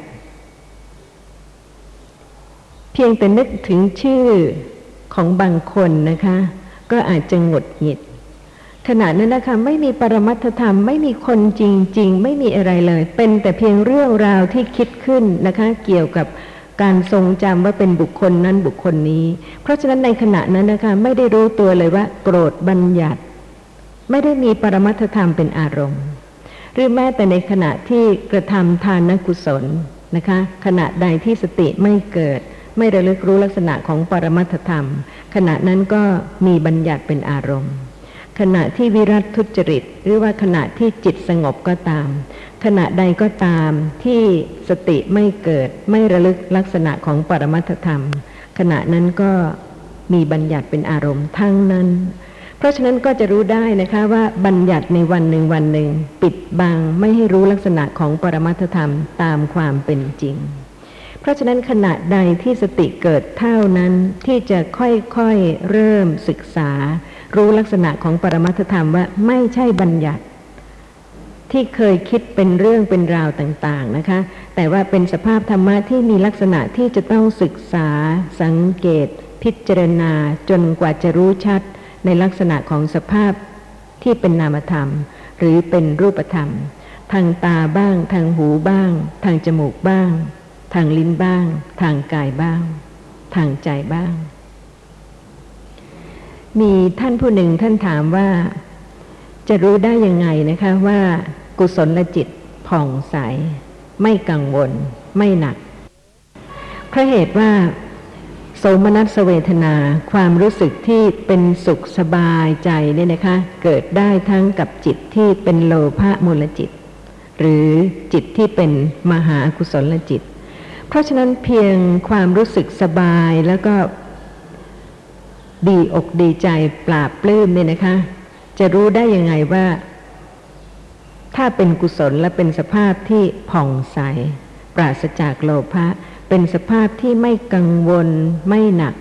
เพียงแต่นึกถึงชื่อของบางคนนะคะก็อาจจะหงุดหงิดขณะนั้นนะคะไม่มีปรมัตถธรรมไม่มีคนจริงๆไม่มีอะไรเลยเป็นแต่เพียงเรื่องราวที่คิดขึ้นนะคะเกี่ยวกับการทรงจำว่าเป็นบุคคลนั้นบุคคลนี้เพราะฉะนั้นในขณะนั้นนะคะไม่ได้รู้ตัวเลยว่าโกรธบัญญัติไม่ได้มีปรมัตถธรรมเป็นอารมณ์หรือแม้แต่ในขณะที่กระทำทานกุศลนะคะขณะใดที่สติไม่เกิดไม่ระลึกรู้ลักษณะของปรมัตถธรรมขณะนั้นก็มีบัญญัติเป็นอารมณ์ขณะที่วิรัตทุจริตหรือว่าขณะที่จิตสงบก็ตามขณะใดก็ตามที่สติไม่เกิดไม่ระลึกลักษณะของปรมัตถธรรมขณะนั้นก็มีบัญญัติเป็นอารมณ์ทั้งนั้นเพราะฉะนั้นก็จะรู้ได้นะคะว่าบัญญัติในวันหนึ่งวันหนึ่งปิดบังไม่ให้รู้ลักษณะของปรมัตถธรรมตามความเป็นจริงเพราะฉะนั้นขณะใดที่สติเกิดเท่านั้นที่จะค่อยๆเริ่มศึกษารู้ลักษณะของปรมัตถธรรมว่าไม่ใช่บัญญัติที่เคยคิดเป็นเรื่องเป็นราวต่างๆนะคะแต่ว่าเป็นสภาพธรรมะที่มีลักษณะที่จะต้องศึกษาสังเกตพิจารณาจนกว่าจะรู้ชัดในลักษณะของสภาพที่เป็นนามธรรมหรือเป็นรูปธรรมทางตาบ้างทางหูบ้างทางจมูกบ้างทางลิ้นบ้างทางกายบ้างทางใจบ้างมีท่านผู้หนึ่งท่านถามว่าจะรู้ได้ยังไงนะคะว่ากุศลจิตผ่องใสไม่กังวลไม่หนักเพราะเหตุว่าโสมนัสเวทนาความรู้สึกที่เป็นสุขสบายใจเนี่ยนะคะเกิดได้ทั้งกับจิตที่เป็นโลภะมูลจิตหรือจิตที่เป็นมหากุศลจิตเพราะฉะนั้นเพียงความรู้สึกสบายแล้วก็ดีอกดีใจปราบปลื้มเนี่ยนะคะจะรู้ได้ยังไงว่าถ้าเป็นกุศลและเป็นสภาพที่ผ่องใสปราศจากโลภะเป็นสภาพที่ไม่กังวลไม่หนัก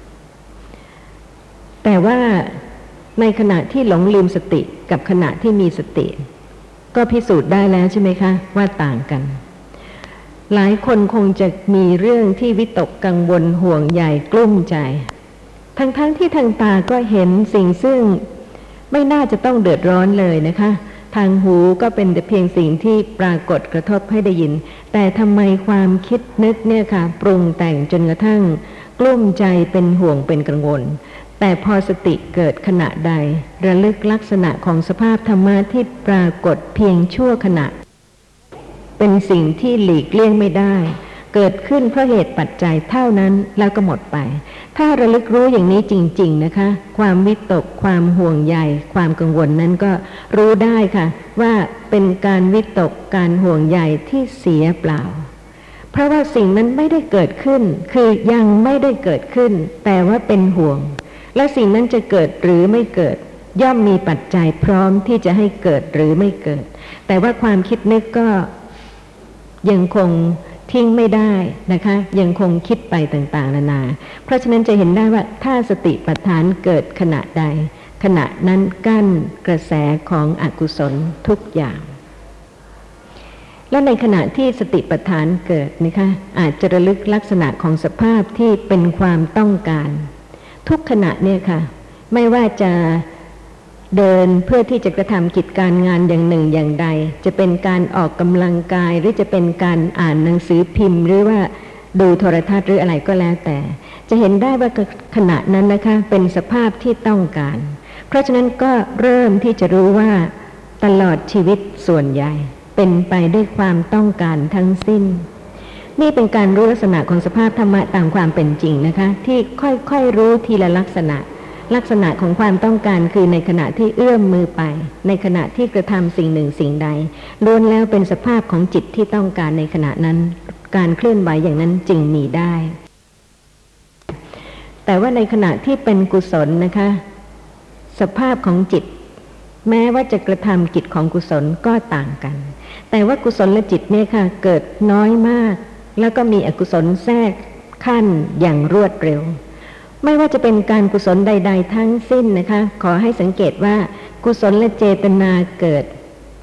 แต่ว่าในขณะที่หลงลืมสติกับขณะที่มีสติก็พิสูจน์ได้แล้วใช่ไหมคะว่าต่างกันหลายคนคงจะมีเรื่องที่วิตกกังวลห่วงใยกลุ้มใจทั้งที่ทางตาก็เห็นสิ่งซึ่งไม่น่าจะต้องเดือดร้อนเลยนะคะทางหูก็เป็นแต่เพียงสิ่งที่ปรากฏกระทบให้ได้ยินแต่ทำไมความคิดนึกเนี่ยค่ะปรุงแต่งจนกระทั่งกลุ้มใจเป็นห่วงเป็นกังวลแต่พอสติเกิดขณะใดระลึกลักษณะของสภาพธรรมะที่ปรากฏเพียงชั่วขณะเป็นสิ่งที่หลีกเลี่ยงไม่ได้เกิดขึ้นเพราะเหตุปัจจัยเท่านั้นแล้วก็หมดไปถ้าระลึกรู้อย่างนี้จริงๆนะคะความวิตกความห่วงใยความกังวลนั้นก็รู้ได้ค่ะว่าเป็นการวิตกการห่วงใยที่เสียเปล่าเพราะว่าสิ่งนั้นไม่ได้เกิดขึ้นคือยังไม่ได้เกิดขึ้นแต่ว่าเป็นห่วงและสิ่งนั้นจะเกิดหรือไม่เกิดย่อมมีปัจจัยพร้อมที่จะให้เกิดหรือไม่เกิดแต่ว่าความคิดนึกก็ยังคงทิ้งไม่ได้นะคะยังคงคิดไปต่างๆนานาเพราะฉะนั้นจะเห็นได้ว่าถ้าสติปัฏฐานเกิดขณะใดขณะนั้นกั้นกระแสของอกุศลทุกอย่างและในขณะที่สติปัฏฐานเกิดนะคะอาจจะระลึกลักษณะของสภาพที่เป็นความต้องการทุกขณะเนี่ยค่ะไม่ว่าจะเดินเพื่อที่จะกระทำกิจการงานอย่างหนึ่งอย่างใดจะเป็นการออกกำลังกายหรือจะเป็นการอ่านหนังสือพิมพ์หรือว่าดูโทรทัศน์หรืออะไรก็แล้วแต่จะเห็นได้ว่าขณะนั้นนะคะเป็นสภาพที่ต้องการเพราะฉะนั้นก็เริ่มที่จะรู้ว่าตลอดชีวิตส่วนใหญ่เป็นไปด้วยความต้องการทั้งสิ้นนี่เป็นการรู้ลักษณะของสภาพธรรมะตามความเป็นจริงนะคะที่ค่อยๆรู้ทีละลักษณะของความต้องการคือในขณะที่เอื้อมมือไปในขณะที่กระทำสิ่งหนึ่งสิ่งใดล้วนแล้วเป็นสภาพของจิตที่ต้องการในขณะนั้นการเคลื่อนไหวอย่างนั้นจึงมีได้แต่ว่าในขณะที่เป็นกุศลนะคะสภาพของจิตแม้ว่าจะกระทำกิจของกุศลก็ต่างกันแต่ว่ากุศลจิตเนี่ยค่ะเกิดน้อยมากแล้วก็มีอกุศลแทรกขั้นอย่างรวดเร็วไม่ว่าจะเป็นการกุศลใดๆทั้งสิ้นนะคะขอให้สังเกตว่ากุศลและเจตนาเกิด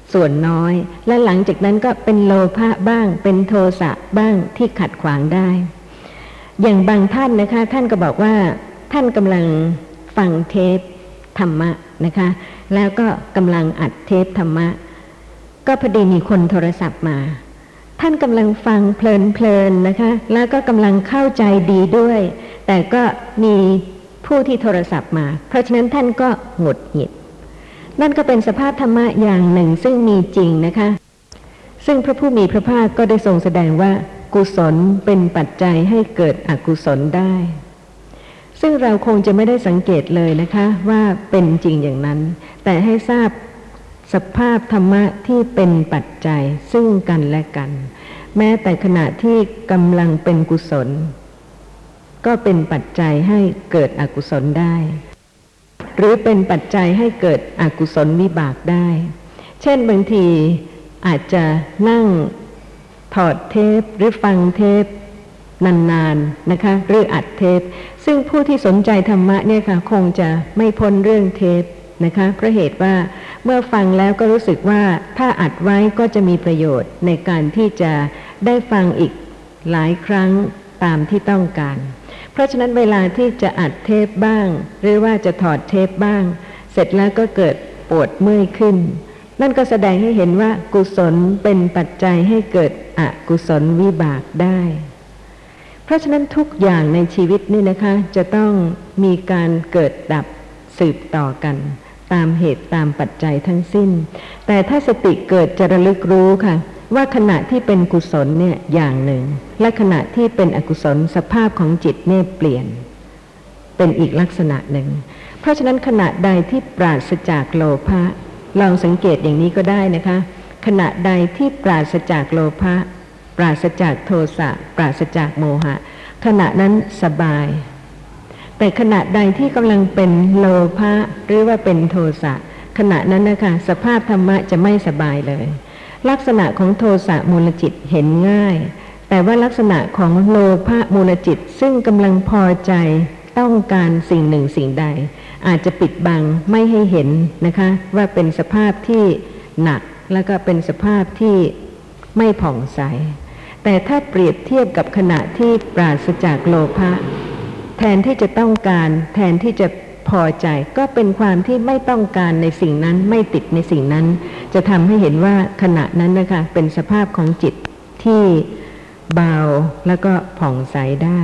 ส่วนน้อยและหลังจากนั้นก็เป็นโลภะบ้างเป็นโทสะบ้างที่ขัดขวางได้อย่างบางท่านนะคะท่านก็บอกว่าท่านกำลังฟังเทปธรรมะนะคะแล้วก็กำลังอัดเทปธรรมะก็พอดีมีคนโทรศัพท์มาท่านกำลังฟังเพลินๆนะคะแล้วก็กำลังเข้าใจดีด้วยแต่ก็มีผู้ที่โทรศัพท์มาเพราะฉะนั้นท่านก็หงุดหงิดนั่นก็เป็นสภาพธรรมะอย่างหนึ่งซึ่งมีจริงนะคะซึ่งพระผู้มีพระภาคก็ได้ทรงแสดงว่ากุศลเป็นปัจจัยให้เกิดอกุศลได้ซึ่งเราคงจะไม่ได้สังเกตเลยนะคะว่าเป็นจริงอย่างนั้นแต่ให้ทราบสภาพธรรมะที่เป็นปัจจัยซึ่งกันและกันแม้แต่ขณะที่กำลังเป็นกุศลก็เป็นปัจจัยให้เกิดอกุศลได้หรือเป็นปัจจัยให้เกิดอกุศลวิบากได้เช่นบางทีอาจจะนั่งถอดเทปหรือฟังเทปนานๆนะคะหรืออัดเทปซึ่งผู้ที่สนใจธรรมะเนี่ยค่ะคงจะไม่พ้นเรื่องเทปนะคะเพราะเหตุว่าเมื่อฟังแล้วก็รู้สึกว่าถ้าอัดไว้ก็จะมีประโยชน์ในการที่จะได้ฟังอีกหลายครั้งตามที่ต้องการเพราะฉะนั้นเวลาที่จะอัดเทปบ้างหรือว่าจะถอดเทปบ้างเสร็จแล้วก็เกิดปวดเมื่อยขึ้นนั่นก็แสดงให้เห็นว่ากุศลเป็นปัจจัยให้เกิดอกุศลวิบากได้เพราะฉะนั้นทุกอย่างในชีวิตนี่นะคะจะต้องมีการเกิดดับสืบต่อกันตามเหตุตามปัจจัยทั้งสิ้นแต่ถ้าสติเกิดจะระลึกรู้ค่ะว่าขณะที่เป็นกุศลเนี่ยอย่างหนึ่งและขณะที่เป็นอกุศลสภาพของจิตเนี่ยเปลี่ยนเป็นอีกลักษณะหนึ่งเพราะฉะนั้นขณะใดที่ปราศจากโลภะลองสังเกตอย่างนี้ก็ได้นะคะขณะใดที่ปราศจากโลภะปราศจากโทสะปราศจากโมหะขณะนั้นสบายแต่ขณะใดที่กำลังเป็นโลภะหรือว่าเป็นโทสะขณะนั้นนะคะสภาพธรรมะจะไม่สบายเลยลักษณะของโทสะมูลจิตเห็นง่ายแต่ว่าลักษณะของโลภะมูลจิตซึ่งกำลังพอใจต้องการสิ่งหนึ่งสิ่งใดอาจจะปิดบังไม่ให้เห็นนะคะว่าเป็นสภาพที่หนักแล้วก็เป็นสภาพที่ไม่ผ่องใสแต่ถ้าเปรียบเทียบกับขณะที่ปราศจากโลภะแทนที่จะต้องการแทนที่จะพอใจก็เป็นความที่ไม่ต้องการในสิ่งนั้นไม่ติดในสิ่งนั้นจะทำให้เห็นว่าขณะนั้นนะคะเป็นสภาพของจิตที่เบาแล้วก็ผ่องใสได้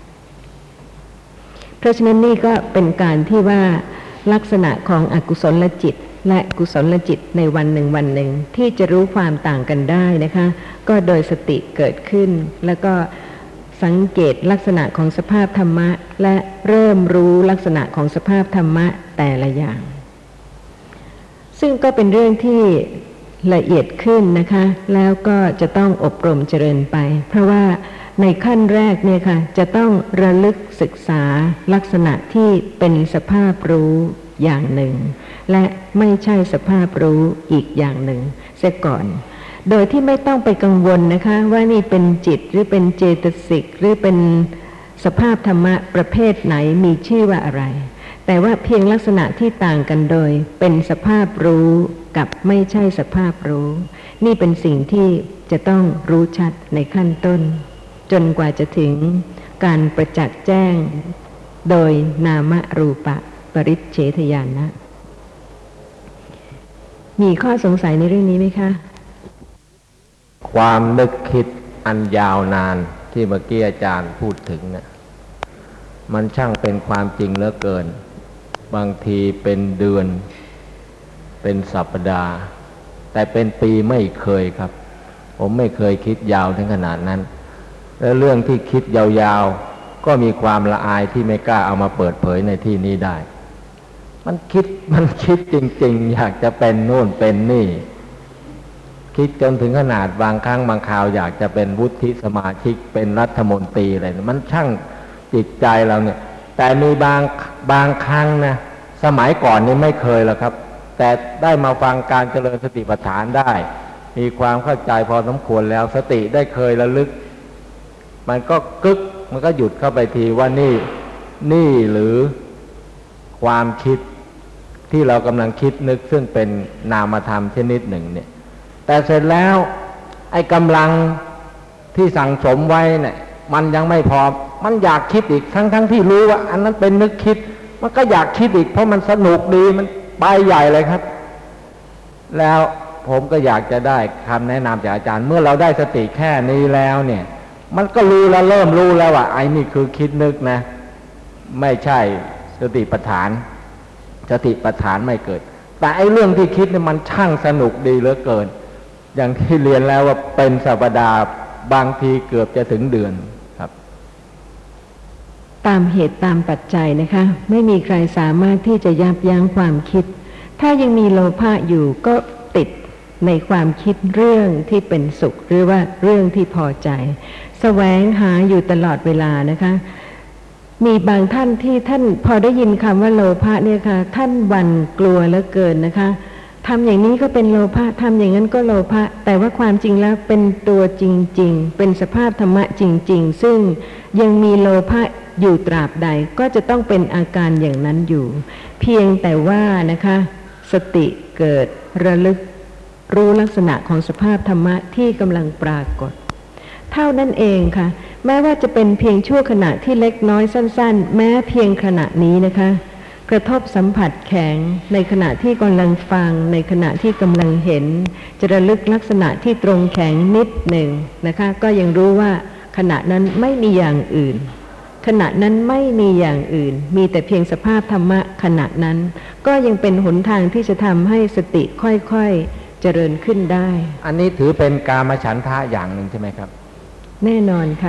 เพราะฉะนั้นนี่ก็เป็นการที่ว่าลักษณะของอกุศลจิตและกุศลจิตในวันหนึ่งวันหนึ่งที่จะรู้ความต่างกันได้นะคะก็โดยสติเกิดขึ้นแล้วก็สังเกตลักษณะของสภาพธรรมะและเริ่มรู้ลักษณะของสภาพธรรมะแต่ละอย่างซึ่งก็เป็นเรื่องที่ละเอียดขึ้นนะคะแล้วก็จะต้องอบรมเจริญไปเพราะว่าในขั้นแรกเนี่ยค่ะจะต้องระลึกศึกษาลักษณะที่เป็นสภาพรู้อย่างหนึ่งและไม่ใช่สภาพรู้อีกอย่างหนึ่งเสียก่อนโดยที่ไม่ต้องไปกังวลนะคะว่านี่เป็นจิตหรือเป็นเจตสิกหรือเป็นสภาพธรรมะประเภทไหนมีชื่อว่าอะไรแต่ว่าเพียงลักษณะที่ต่างกันโดยเป็นสภาพรู้กับไม่ใช่สภาพรู้นี่เป็นสิ่งที่จะต้องรู้ชัดในขั้นต้นจนกว่าจะถึงการประจักษ์แจ้งโดยนามรูปะปริจเฉทญาณนะมีข้อสงสัยในเรื่องนี้ไหมคะความนึกคิดอันยาวนานที่เมื่อกี้อาจารย์พูดถึงเนี่ยมันช่างเป็นความจริงเหลือเกินบางทีเป็นเดือนเป็นสัปดาห์แต่เป็นปีไม่เคยครับผมไม่เคยคิดยาวถึงขนาดนั้นและเรื่องที่คิดยาวๆก็มีความละอายที่ไม่กล้าเอามาเปิดเผยในที่นี้ได้มันคิดจริงๆอยากจะเป็นโน่นเป็นนี่คิดจนถึงขนาดบางครั้งบางคราวอยากจะเป็นวุฒิสมาชิกเป็นรัฐมนตรีอะไรมันช่างจิตใจเราเนี่ยแต่มีบางครั้งนะสมัยก่อนนี่ไม่เคยหรอกครับแต่ได้มาฟังการเจริญสติปัฏฐานได้มีความเข้าใจพอสมควรแล้วสติได้เคยระลึกมันก็กึกมันก็หยุดเข้าไปทีว่านี่หรือความคิดที่เรากำลังคิดนึกซึ่งเป็นนามธรรมชนิดหนึ่งเนี่ยแต่เสร็จแล้วไอ้กำลังที่สั่งสมไว้เนี่ยมันยังไม่พอมันอยากคิดอีกทั้งที่รู้ว่าอันนั้นเป็นนึกคิดมันก็อยากคิดอีกเพราะมันสนุกดีมันไปใหญ่เลยครับแล้วผมก็อยากจะได้คำแนะนำจากอาจารย์เมื่อเราได้สติแค่นี้แล้วเนี่ยมันก็รู้แล้วเริ่มรู้แล้วว่าไอ้นี่คือคิดนึกนะไม่ใช่สติปัฏฐานสติปัฏฐานไม่เกิดแต่ไอ้เรื่องที่คิดเนี่ยมันช่างสนุกดีเหลือเกินอย่างที่เรียนแล้วว่าเป็นสัปดาห์บางทีเกือบจะถึงเดือนครับตามเหตุตามปัจจัยนะคะไม่มีใครสามารถที่จะยับยั้งความคิดถ้ายังมีโลภะอยู่ก็ติดในความคิดเรื่องที่เป็นสุขหรือว่าเรื่องที่พอใจแสวงหาอยู่ตลอดเวลานะคะมีบางท่านที่ท่านพอได้ยินคำว่าโลภะเนี่ยค่ะท่านหวั่นกลัวเหลือเกินนะคะทำอย่างนี้ก็เป็นโลภะทำอย่างนั้นก็โลภะแต่ว่าความจริงแล้วเป็นตัวจริงๆเป็นสภาพธรรมะจริงๆซึ่งยังมีโลภะอยู่ตราบใดก็จะต้องเป็นอาการอย่างนั้นอยู่เพียงแต่ว่านะคะสติเกิดระลึกรู้ลักษณะของสภาพธรรมะที่กำลังปรากฏเท่านั้นเองค่ะแม้ว่าจะเป็นเพียงชั่วขณะที่เล็กน้อยสั้นๆแม้เพียงขณะนี้นะคะกระทบสัมผัสแข็งในขณะที่กำลังฟังในขณะที่กำลังเห็นจะระลึกลักษณะที่ตรงแข็งนิดหนึ่งนะคะก็ยังรู้ว่าขณะนั้นไม่มีอย่างอื่นขณะนั้นไม่มีอย่างอื่นมีแต่เพียงสภาพธรรมะขณะนั้นก็ยังเป็นหนทางที่จะทำให้สติค่อยๆเจริญขึ้นได้อันนี้ถือเป็นกามฉันทะอย่างหนึ่งใช่ไหมครับแน่นอนค่ะ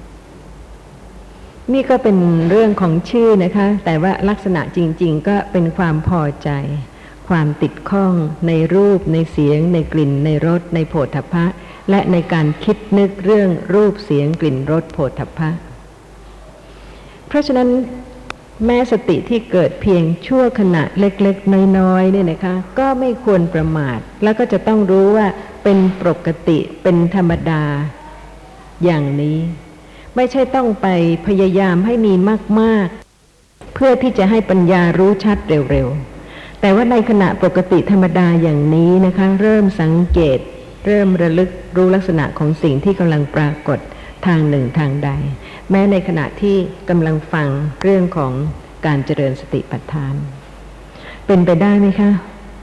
นี่ก็เป็นเรื่องของชื่อนะคะแต่ว่าลักษณะจริงๆก็เป็นความพอใจความติดข้องในรูปในเสียงในกลิ่นในรสในโผฏฐัพพะและในการคิดนึกเรื่องรูปเสียงกลิ่นรสโผฏฐัพพะเพราะฉะนั้นแม้สติที่เกิดเพียงชั่วขณะเล็กๆน้อยๆเนี่ยนะคะก็ไม่ควรประมาทแล้วก็จะต้องรู้ว่าเป็นปกติเป็นธรรมดาอย่างนี้ไม่ใช่ต้องไปพยายามให้มีมากๆเพื่อที่จะให้ปัญญารู้ชัดเร็วๆแต่ว่าในขณะปกติธรรมดาอย่างนี้นะคะเริ่มสังเกตเริ่มระลึกรู้ลักษณะของสิ่งที่กำลังปรากฏทางหนึ่งทางใดแม้ในขณะที่กำลังฟังเรื่องของการเจริญสติปัฏฐานเป็นไปได้ไหมคะ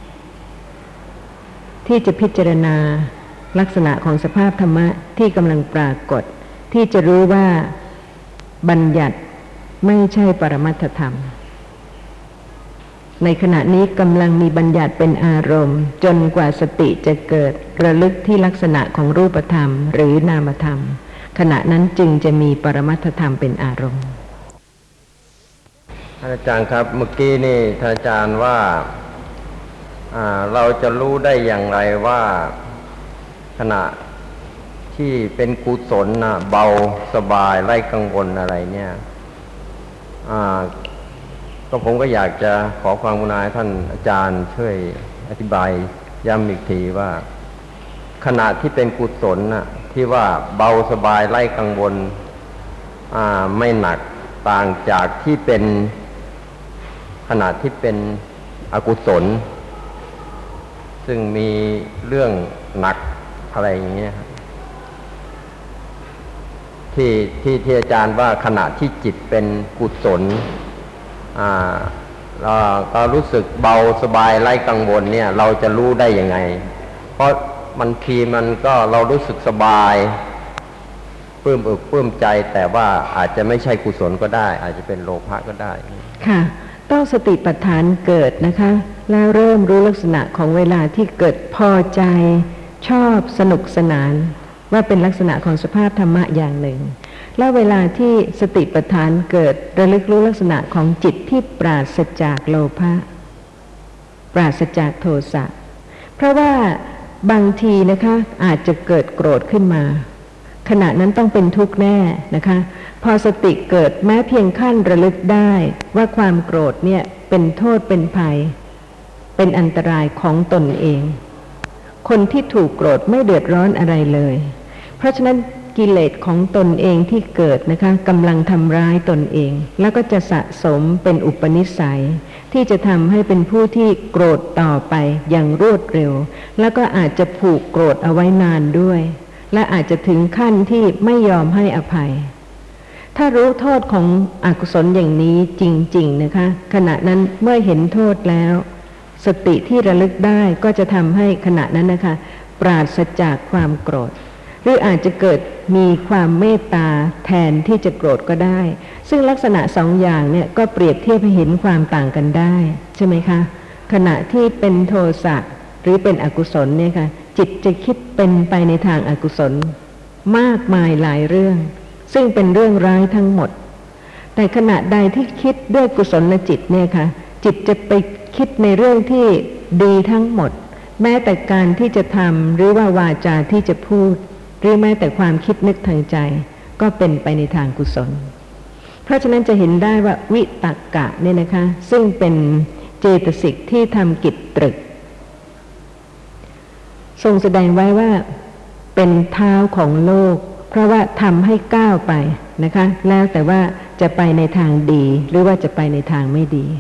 ที่จะพิจารณาลักษณะของสภาพธรรมะที่กำลังปรากฏที่จะรู้ว่าบัญญัติไม่ใช่ปรมัตถธรรมในขณะนี้กำลังมีบัญญัติเป็นอารมณ์จนกว่าสติจะเกิดระลึกที่ลักษณะของรูปธรรมหรือนามธรรมขณะนั้นจึงจะมีปรมัตถธรรมเป็นอารมณ์อาจารย์ครับเมื่อกี้นี่ท่านอาจารย์ว่าเราจะรู้ได้อย่างไรว่าขณะที่เป็นกุศลนะเบาสบายไร้กังวลอะไรเนี่ยก็ผมก็อยากจะขอความกรุณาท่านอาจารย์ช่วยอธิบายย้ำอีกทีว่าขณะที่เป็นกุศลนะที่ว่าเบาสบายไร้กังวลไม่หนักต่างจากที่เป็นขณะที่เป็นอกุศลซึ่งมีเรื่องหนักอะไรอย่างเงี้ยที่อาจารย์ว่าขณะที่จิตเป็นกุศลเราก็รู้สึกเบาสบายไร้กังวลเนี่ยเราจะรู้ได้ยังไงเพราะบางทีมันก็เรารู้สึกสบายปลื้มอกปลื้มใจแต่ว่าอาจจะไม่ใช่กุศลก็ได้อาจจะเป็นโลภะก็ได้ค่ะต้องสติปัฏฐานเกิดนะคะแล้วเริ่มรู้ลักษณะของเวลาที่เกิดพอใจชอบสนุกสนานว่าเป็นลักษณะของสภาพธรรมะอย่างหนึ่งแล้วเวลาที่สติปัฏฐานเกิดระลึกรู้ลักษณะของจิตที่ปราศจากโลภะปราศจากโทสะเพราะว่าบางทีนะคะอาจจะเกิดโกรธขึ้นมาขณะนั้นต้องเป็นทุกข์แน่นะคะพอสติเกิดแม้เพียงขั้นระลึกได้ว่าความโกรธเนี่ยเป็นโทษเป็นภัยเป็นอันตรายของตนเองคนที่ถูกโกรธไม่เดือดร้อนอะไรเลยเพราะฉะนั้นกิเลสของตนเองที่เกิดนะคะกำลังทำร้ายตนเองแล้วก็จะสะสมเป็นอุปนิสัยที่จะทำให้เป็นผู้ที่โกรธต่อไปอย่างรวดเร็วแล้วก็อาจจะผูกโกรธเอาไว้นานด้วยและอาจจะถึงขั้นที่ไม่ยอมให้อภัยถ้ารู้โทษของอกุศลอย่างนี้จริงๆนะคะขณะนั้นเมื่อเห็นโทษแล้วสติที่ระลึกได้ก็จะทำให้ขณะนั้นนะคะปราศจากความโกรธหรืออาจจะเกิดมีความเมตตาแทนที่จะโกรธก็ได้ซึ่งลักษณะสองอย่างเนี่ยก็เปรียบเทียบให้เห็นความต่างกันได้ใช่ไหมคะขณะที่เป็นโทสะหรือเป็นอกุศลเนี่ยค่ะจิตจะคิดเป็นไปในทางอกุศลมากมายหลายเรื่องซึ่งเป็นเรื่องร้ายทั้งหมดแต่ขณะใดที่คิดด้วยกุศลจิตเนี่ยค่ะจิตจะไปคิดในเรื่องที่ดีทั้งหมดแม้แต่การที่จะทำหรือว่าวาจาที่จะพูดหรือแม้แต่ความคิดนึกทางใจก็เป็นไปในทางกุศลเพราะฉะนั้นจะเห็นได้ว่าวิตกกะเนี่ยนะคะซึ่งเป็นเจตสิกที่ทำกิจตรึกทรงแสดงไว้ว่าเป็นเท้าของโลกเพราะว่าทำให้ก้าวไปนะคะแล้วแต่ว่าจะไปในทางดีหรือว่าจะไปในทางไม่ดี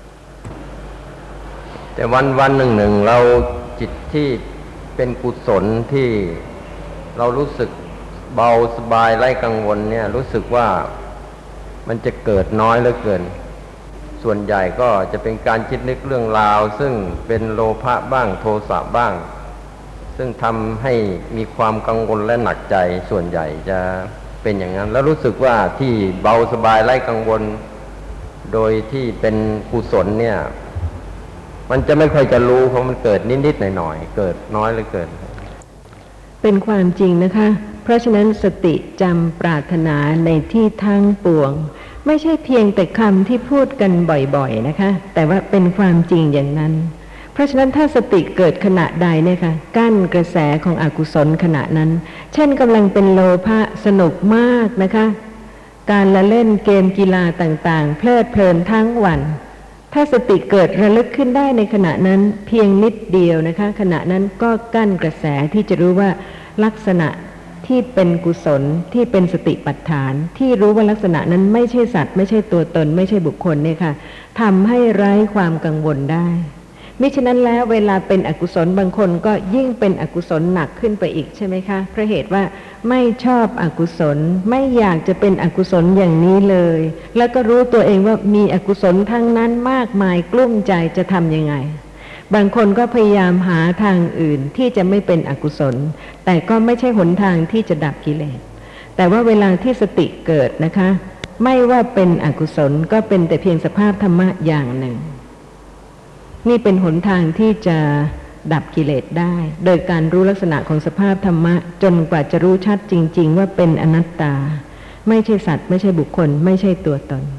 แต่วันหนึ่งเราจิตที่เป็นกุศลที่เรารู้สึกเบาสบายไร้กังวลเนี่ยรู้สึกว่ามันจะเกิดน้อยเหลือเกินส่วนใหญ่ก็จะเป็นการคิดนึกเรื่องราวซึ่งเป็นโลภะบ้างโทสะบ้างซึ่งทำให้มีความกังวลและหนักใจส่วนใหญ่จะเป็นอย่างนั้นแล้วรู้สึกว่าที่เบาสบายไร้กังวลโดยที่เป็นกุศลเนี่ยมันจะไม่ค่อยจะรู้เพราะมันเกิดนิดๆหน่อยๆเกิดน้อยเหลือเกินเป็นความจริงนะคะเพราะฉะนั้นสติจำปรารถนาในที่ทั้งปวงไม่ใช่เพียงแต่คำที่พูดกันบ่อยๆนะคะแต่ว่าเป็นความจริงอย่างนั้นเพราะฉะนั้นถ้าสติเกิดขณะใดเนี่ยค่ะกั้นกระแสของอกุศลขณะนั้นเช่นกำลังเป็นโลภะสนุกมากนะคะการละเล่นเกมกีฬาต่างๆเพลิดเพลินทั้งวันถ้าสติเกิดระลึกขึ้นได้ในขณะนั้นเพียงนิดเดียวนะคะขณะนั้นก็กั้นกระแสที่จะรู้ว่าลักษณะที่เป็นกุศลที่เป็นสติปัฏฐานที่รู้ว่าลักษณะนั้นไม่ใช่สัตว์ไม่ใช่ตัวตนไม่ใช่บุคคลเนี่ยค่ะทำให้ไร้ความกังวลได้มิฉะนั้นแล้วเวลาเป็นอกุศลบางคนก็ยิ่งเป็นอกุศลหนักขึ้นไปอีกใช่ไหมคะเพราะเหตุว่าไม่ชอบอกุศลไม่อยากจะเป็นอกุศลอย่างนี้เลยแล้วก็รู้ตัวเองว่ามีอกุศลทั้งนั้นมากมายกลุ้มใจจะทำยังไงบางคนก็พยายามหาทางอื่นที่จะไม่เป็นอกุศลแต่ก็ไม่ใช่หนทางที่จะดับกิเลสแต่ว่าเวลาที่สติเกิดนะคะไม่ว่าเป็นอกุศลก็เป็นแต่เพียงสภาพธรรมะอย่างหนึ่งนี่เป็นหนทางที่จะดับกิเลสได้โดยการรู้ลักษณะของสภาพธรรมะจนกว่าจะรู้ชัดจริงๆว่าเป็นอนัตตาไม่ใช่สัตว์ไม่ใช่บุคคลไม่ใช่ตัวตน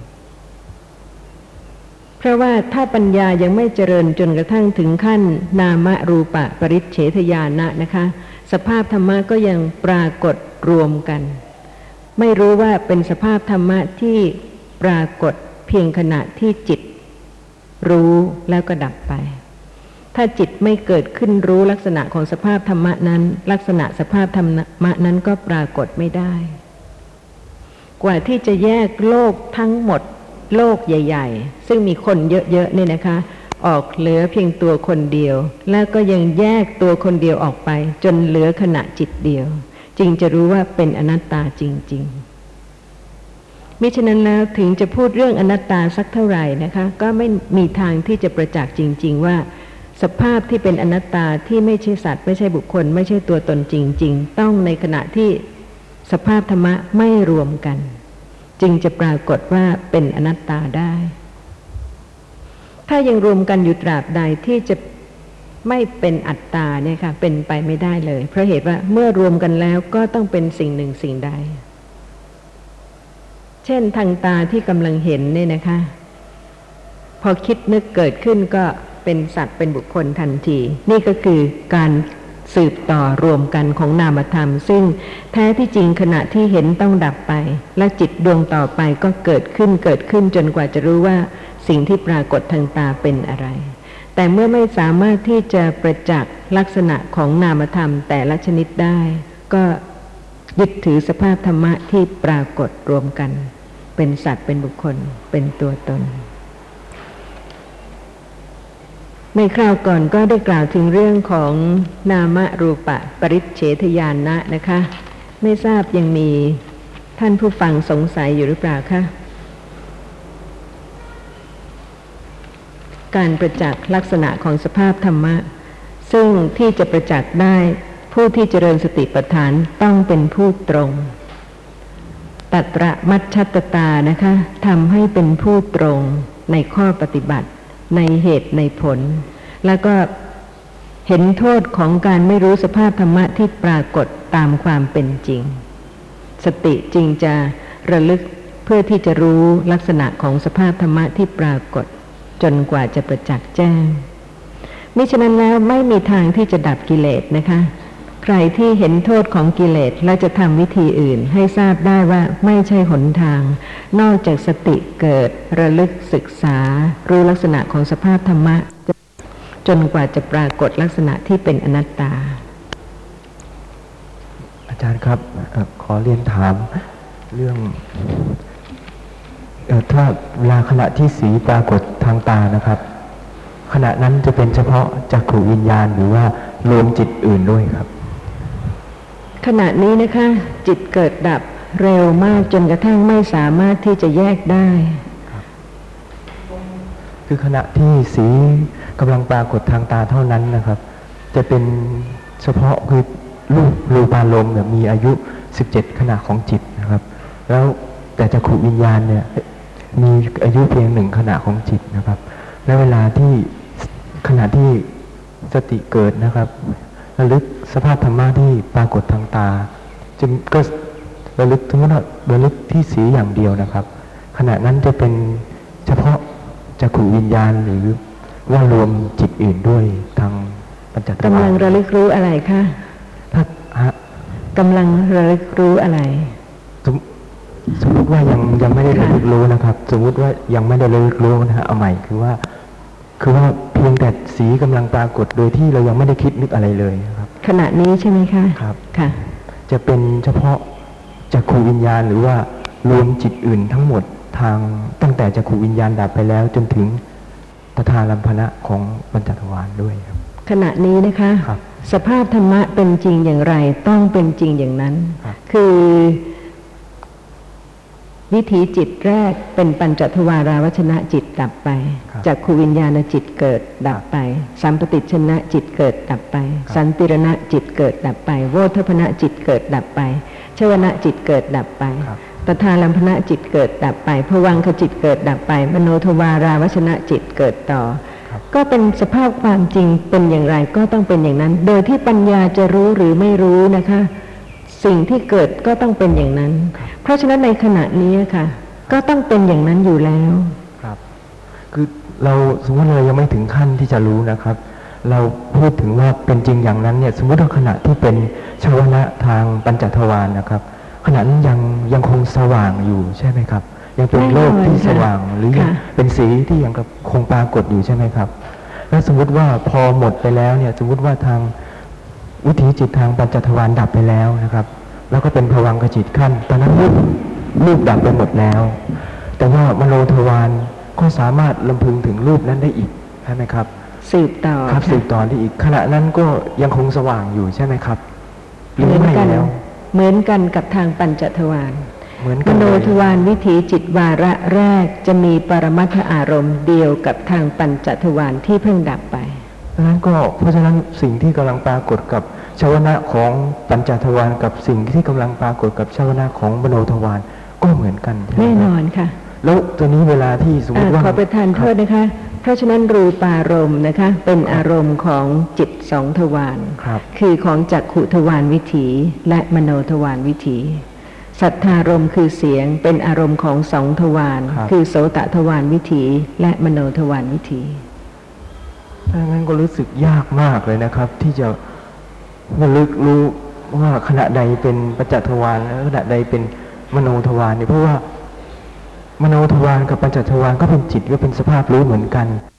เพราะว่าถ้าปัญญายังไม่เจริญจนกระทั่งถึงขั้นนามรูปะปริจเฉทญาณะนะคะสภาพธรรมะก็ยังปรากฏรวมกันไม่รู้ว่าเป็นสภาพธรรมะที่ปรากฏเพียงขณะที่จิตรู้แล้วก็ดับไปถ้าจิตไม่เกิดขึ้นรู้ลักษณะของสภาพธรรมะนั้นลักษณะสภาพธรรมะนั้นก็ปรากฏไม่ได้กว่าที่จะแยกโลกทั้งหมดโลกใหญ่ๆซึ่งมีคนเยอะๆเนี่ยนะคะออกเหลือเพียงตัวคนเดียวแล้วก็ยังแยกตัวคนเดียวออกไปจนเหลือขณะจิตเดียวจึงจะรู้ว่าเป็นอนัตตาจริงๆมิฉะนั้นแล้วถึงจะพูดเรื่องอนัตตาสักเท่าไหร่นะคะก็ไม่มีทางที่จะประจักษ์จริงๆว่าสภาพที่เป็นอนัตตาที่ไม่ใช่สัตว์ไม่ใช่บุคคลไม่ใช่ตัวตนจริงๆต้องในขณะที่สภาพธรรมะไม่รวมกันจึงจะปรากฏว่าเป็นอนัตตาได้ถ้ายังรวมกันอยู่ตราบใดที่จะไม่เป็นอัตตาเนี่ยค่ะเป็นไปไม่ได้เลยเพราะเหตุว่าเมื่อรวมกันแล้วก็ต้องเป็นสิ่งหนึ่งสิ่งใดเช่นทางตาที่กำลังเห็นเนี่ยนะคะพอคิดนึกเกิดขึ้นก็เป็นสัตว์เป็นบุคคลทันทีนี่ก็คือการสืบต่อรวมกันของนามธรรมซึ่งแท้ที่จริงขณะที่เห็นต้องดับไปและจิตดวงต่อไปก็เกิดขึ้นจนกว่าจะรู้ว่าสิ่งที่ปรากฏทางตาเป็นอะไรแต่เมื่อไม่สามารถที่จะประจักษ์ลักษณะของนามธรรมแต่ละชนิดได้ก็ยึดถือสภาพธรรมะที่ปรากฏรวมกันเป็นสัตว์เป็นบุคคลเป็นตัวตนในคราวก่อนก็ได้กล่าวถึงเรื่องของนามรูปะปริเฉทญาณะนะคะไม่ทราบยังมีท่านผู้ฟังสงสัยอยู่หรือเปล่าคะการประจักษ์ลักษณะของสภาพธรรมะซึ่งที่จะประจักษ์ได้ผู้ที่เจริญสติปัฏฐานต้องเป็นผู้ตรงตัตระมัชฌัตตานะคะทำให้เป็นผู้ตรงในข้อปฏิบัติในเหตุในผลแล้วก็เห็นโทษของการไม่รู้สภาพธรรมะที่ปรากฏตามความเป็นจริงสติจึงจะระลึกเพื่อที่จะรู้ลักษณะของสภาพธรรมะที่ปรากฏจนกว่าจะประจักษ์แจ้งมิฉะนั้นแล้วไม่มีทางที่จะดับกิเลสนะคะใครที่เห็นโทษของกิเลสและจะทำวิธีอื่นให้ทราบได้ว่าไม่ใช่หนทางนอกจากสติเกิดระลึกศึกษารู้ลักษณะของสภาพธรรมะจนกว่าจะปรากฏลักษณะที่เป็นอนัตตาอาจารย์ครับขอเรียนถามเรื่องถ้าเวลาขณะที่สีปรากฏทางตานะครับขณะนั้นจะเป็นเฉพาะจักขุวิญญาณหรือว่ารวมจิตอื่นด้วยครับขณะนี้นะคะจิตเกิดดับเร็วมากจนกระทั่งไม่สามารถที่จะแยกได้คือขณะที่สีกำลังปรากฏทางตาเท่านั้นนะครับจะเป็นเฉพาะคือรูปารมณ์มีอายุ17ขณะของจิตนะครับแล้วแต่จักขุวิญญาณเนี่ยมีอายุเพียง1ขณะของจิตนะครับและเวลาที่ขณะที่สติเกิดนะครับระลึกสภาพธรรมะที่ปรากฏทางตาจึงก็ระลึกทั้งหมดระลึกที่สีอย่างเดียวนะครับขณะนั้นจะเป็นเฉพาะจักขุวิญญาณหรือว่ารวมจิตอื่นด้วยทางปัญจทวารกำลังระลึกรู้อะไรคะถ้กำลังระลึกรู้อะไรสมมติว่ายังไม่ได้ระลึกรู้นะครับสมมติว่ายังไม่ได้ระลึกรู้นะฮะเอาใหม่คือว่าเพียงแต่สีกำลังปรากฏโดยที่เรายังไม่ได้คิดนึกอะไรเลยครับขณะนี้ใช่ไหมคะครับค่ะจะเป็นเฉพาะจักขุวิญญาณหรือว่ารวมจิตอื่นทั้งหมดทางตั้งแต่จักขุวิญญาณดับไปแล้วจนถึงตถาลัมภนะของปัญจทวารด้วยครับขณะนี้นะคะสภาพธรรมะเป็นจริงอย่างไรต้องเป็นจริงอย่างนั้นคือวิถีจิตแรกเป็นปัญจทวาราวชนะจิตดับไปจักขุวิญญาณจิตเกิดดับไปสัมปติชนะจิตเกิดดับไปสันติรณะจิตเกิดดับไปโวทัพพนะจิตเกิดดับไปชวนะจิตเกิดดับไปตถาลัมภนะจิตเกิดดับไปภวังคจิตเกิดดับไปมโนทวาราวชนะจิตเกิดต่อก็เป็นสภาพความจริงเป็นอย่างไรก็ต้องเป็นอย่างนั้นโดยที่ปัญญาจะรู้หรือไม่รู้นะคะสิ่งที่เกิดก็ต้องเป็นอย่างนั้นเพราะฉะนั้นในขณะนี้ค่ะก็ต้องเป็นอย่างนั้นอยู่แล้วครับคือเราสมมติเรายังไม่ถึงขั้นที่จะรู้นะครับเราพูดถึงว่าเป็นจริงอย่างนั้นเนี่ยสมมติว่าขณะที่เป็นชวนะทางปัญจทวารนะครับขณะนั้นยังคงสว่างอยู่ใช่ไหมครับยังเป็นโลกที่สว่างหรือยังเป็นสีที่ยังคงปรากฏอยู่ใช่ไหมครับแล้วสมมติว่าพอหมดไปแล้วเนี่ยสมมติว่าทางวิถีจิตทางปัญจทวารดับไปแล้วนะครับแล้วก็เป็นภวังคจิตขั้นตอนนั้นรูปดับไปหมดแล้วแต่ว่ามโนทวารก็สามารถลำพึงถึงรูปนั้นได้อีกใช่ไหมครับสืบต่อครับสืบต่อได้อีกขณะนั้นก็ยังคงสว่างอยู่ใช่ไหมครับเหมือนกันกับทางปัญจทวารมโนทวารวิถีจิตวาระแรกจะมีปรมัตถอารมณ์เดียวกับทางปัญจทวารที่เพิ่งดับไปเพราะฉะนั้นสิ่งที่กำลังปรากฏกับชวนะของปัญจทวารกับสิ่งที่กำลังปรากฏกับชวนะของมโนทวารก็เหมือนกันแน่นอนค่ะแล้วตัวนี้เวลาที่สมมติว่าขอประทานโทษนะคะเพราะฉะนั้นรูปารมณ์นะคะเป็นอารมณ์ของจิตสองทวารคือของจักขุทวารวิถีและมโนทวารวิถีสัทธารมณ์คือเสียงเป็นอารมณ์ของสองทวารคือโสตทวารวิถีและมโนทวารวิถีถ้างั้นก็รู้สึกยากมากเลยนะครับที่จะระลึกรู้ว่าขณะใดเป็นปัญจทวารและขณะใดเป็นมโนทวารเนี่ยเพราะว่ามโนทวารกับปัญจทวารก็เป็นจิตก็เป็นสภาพรู้เหมือนกัน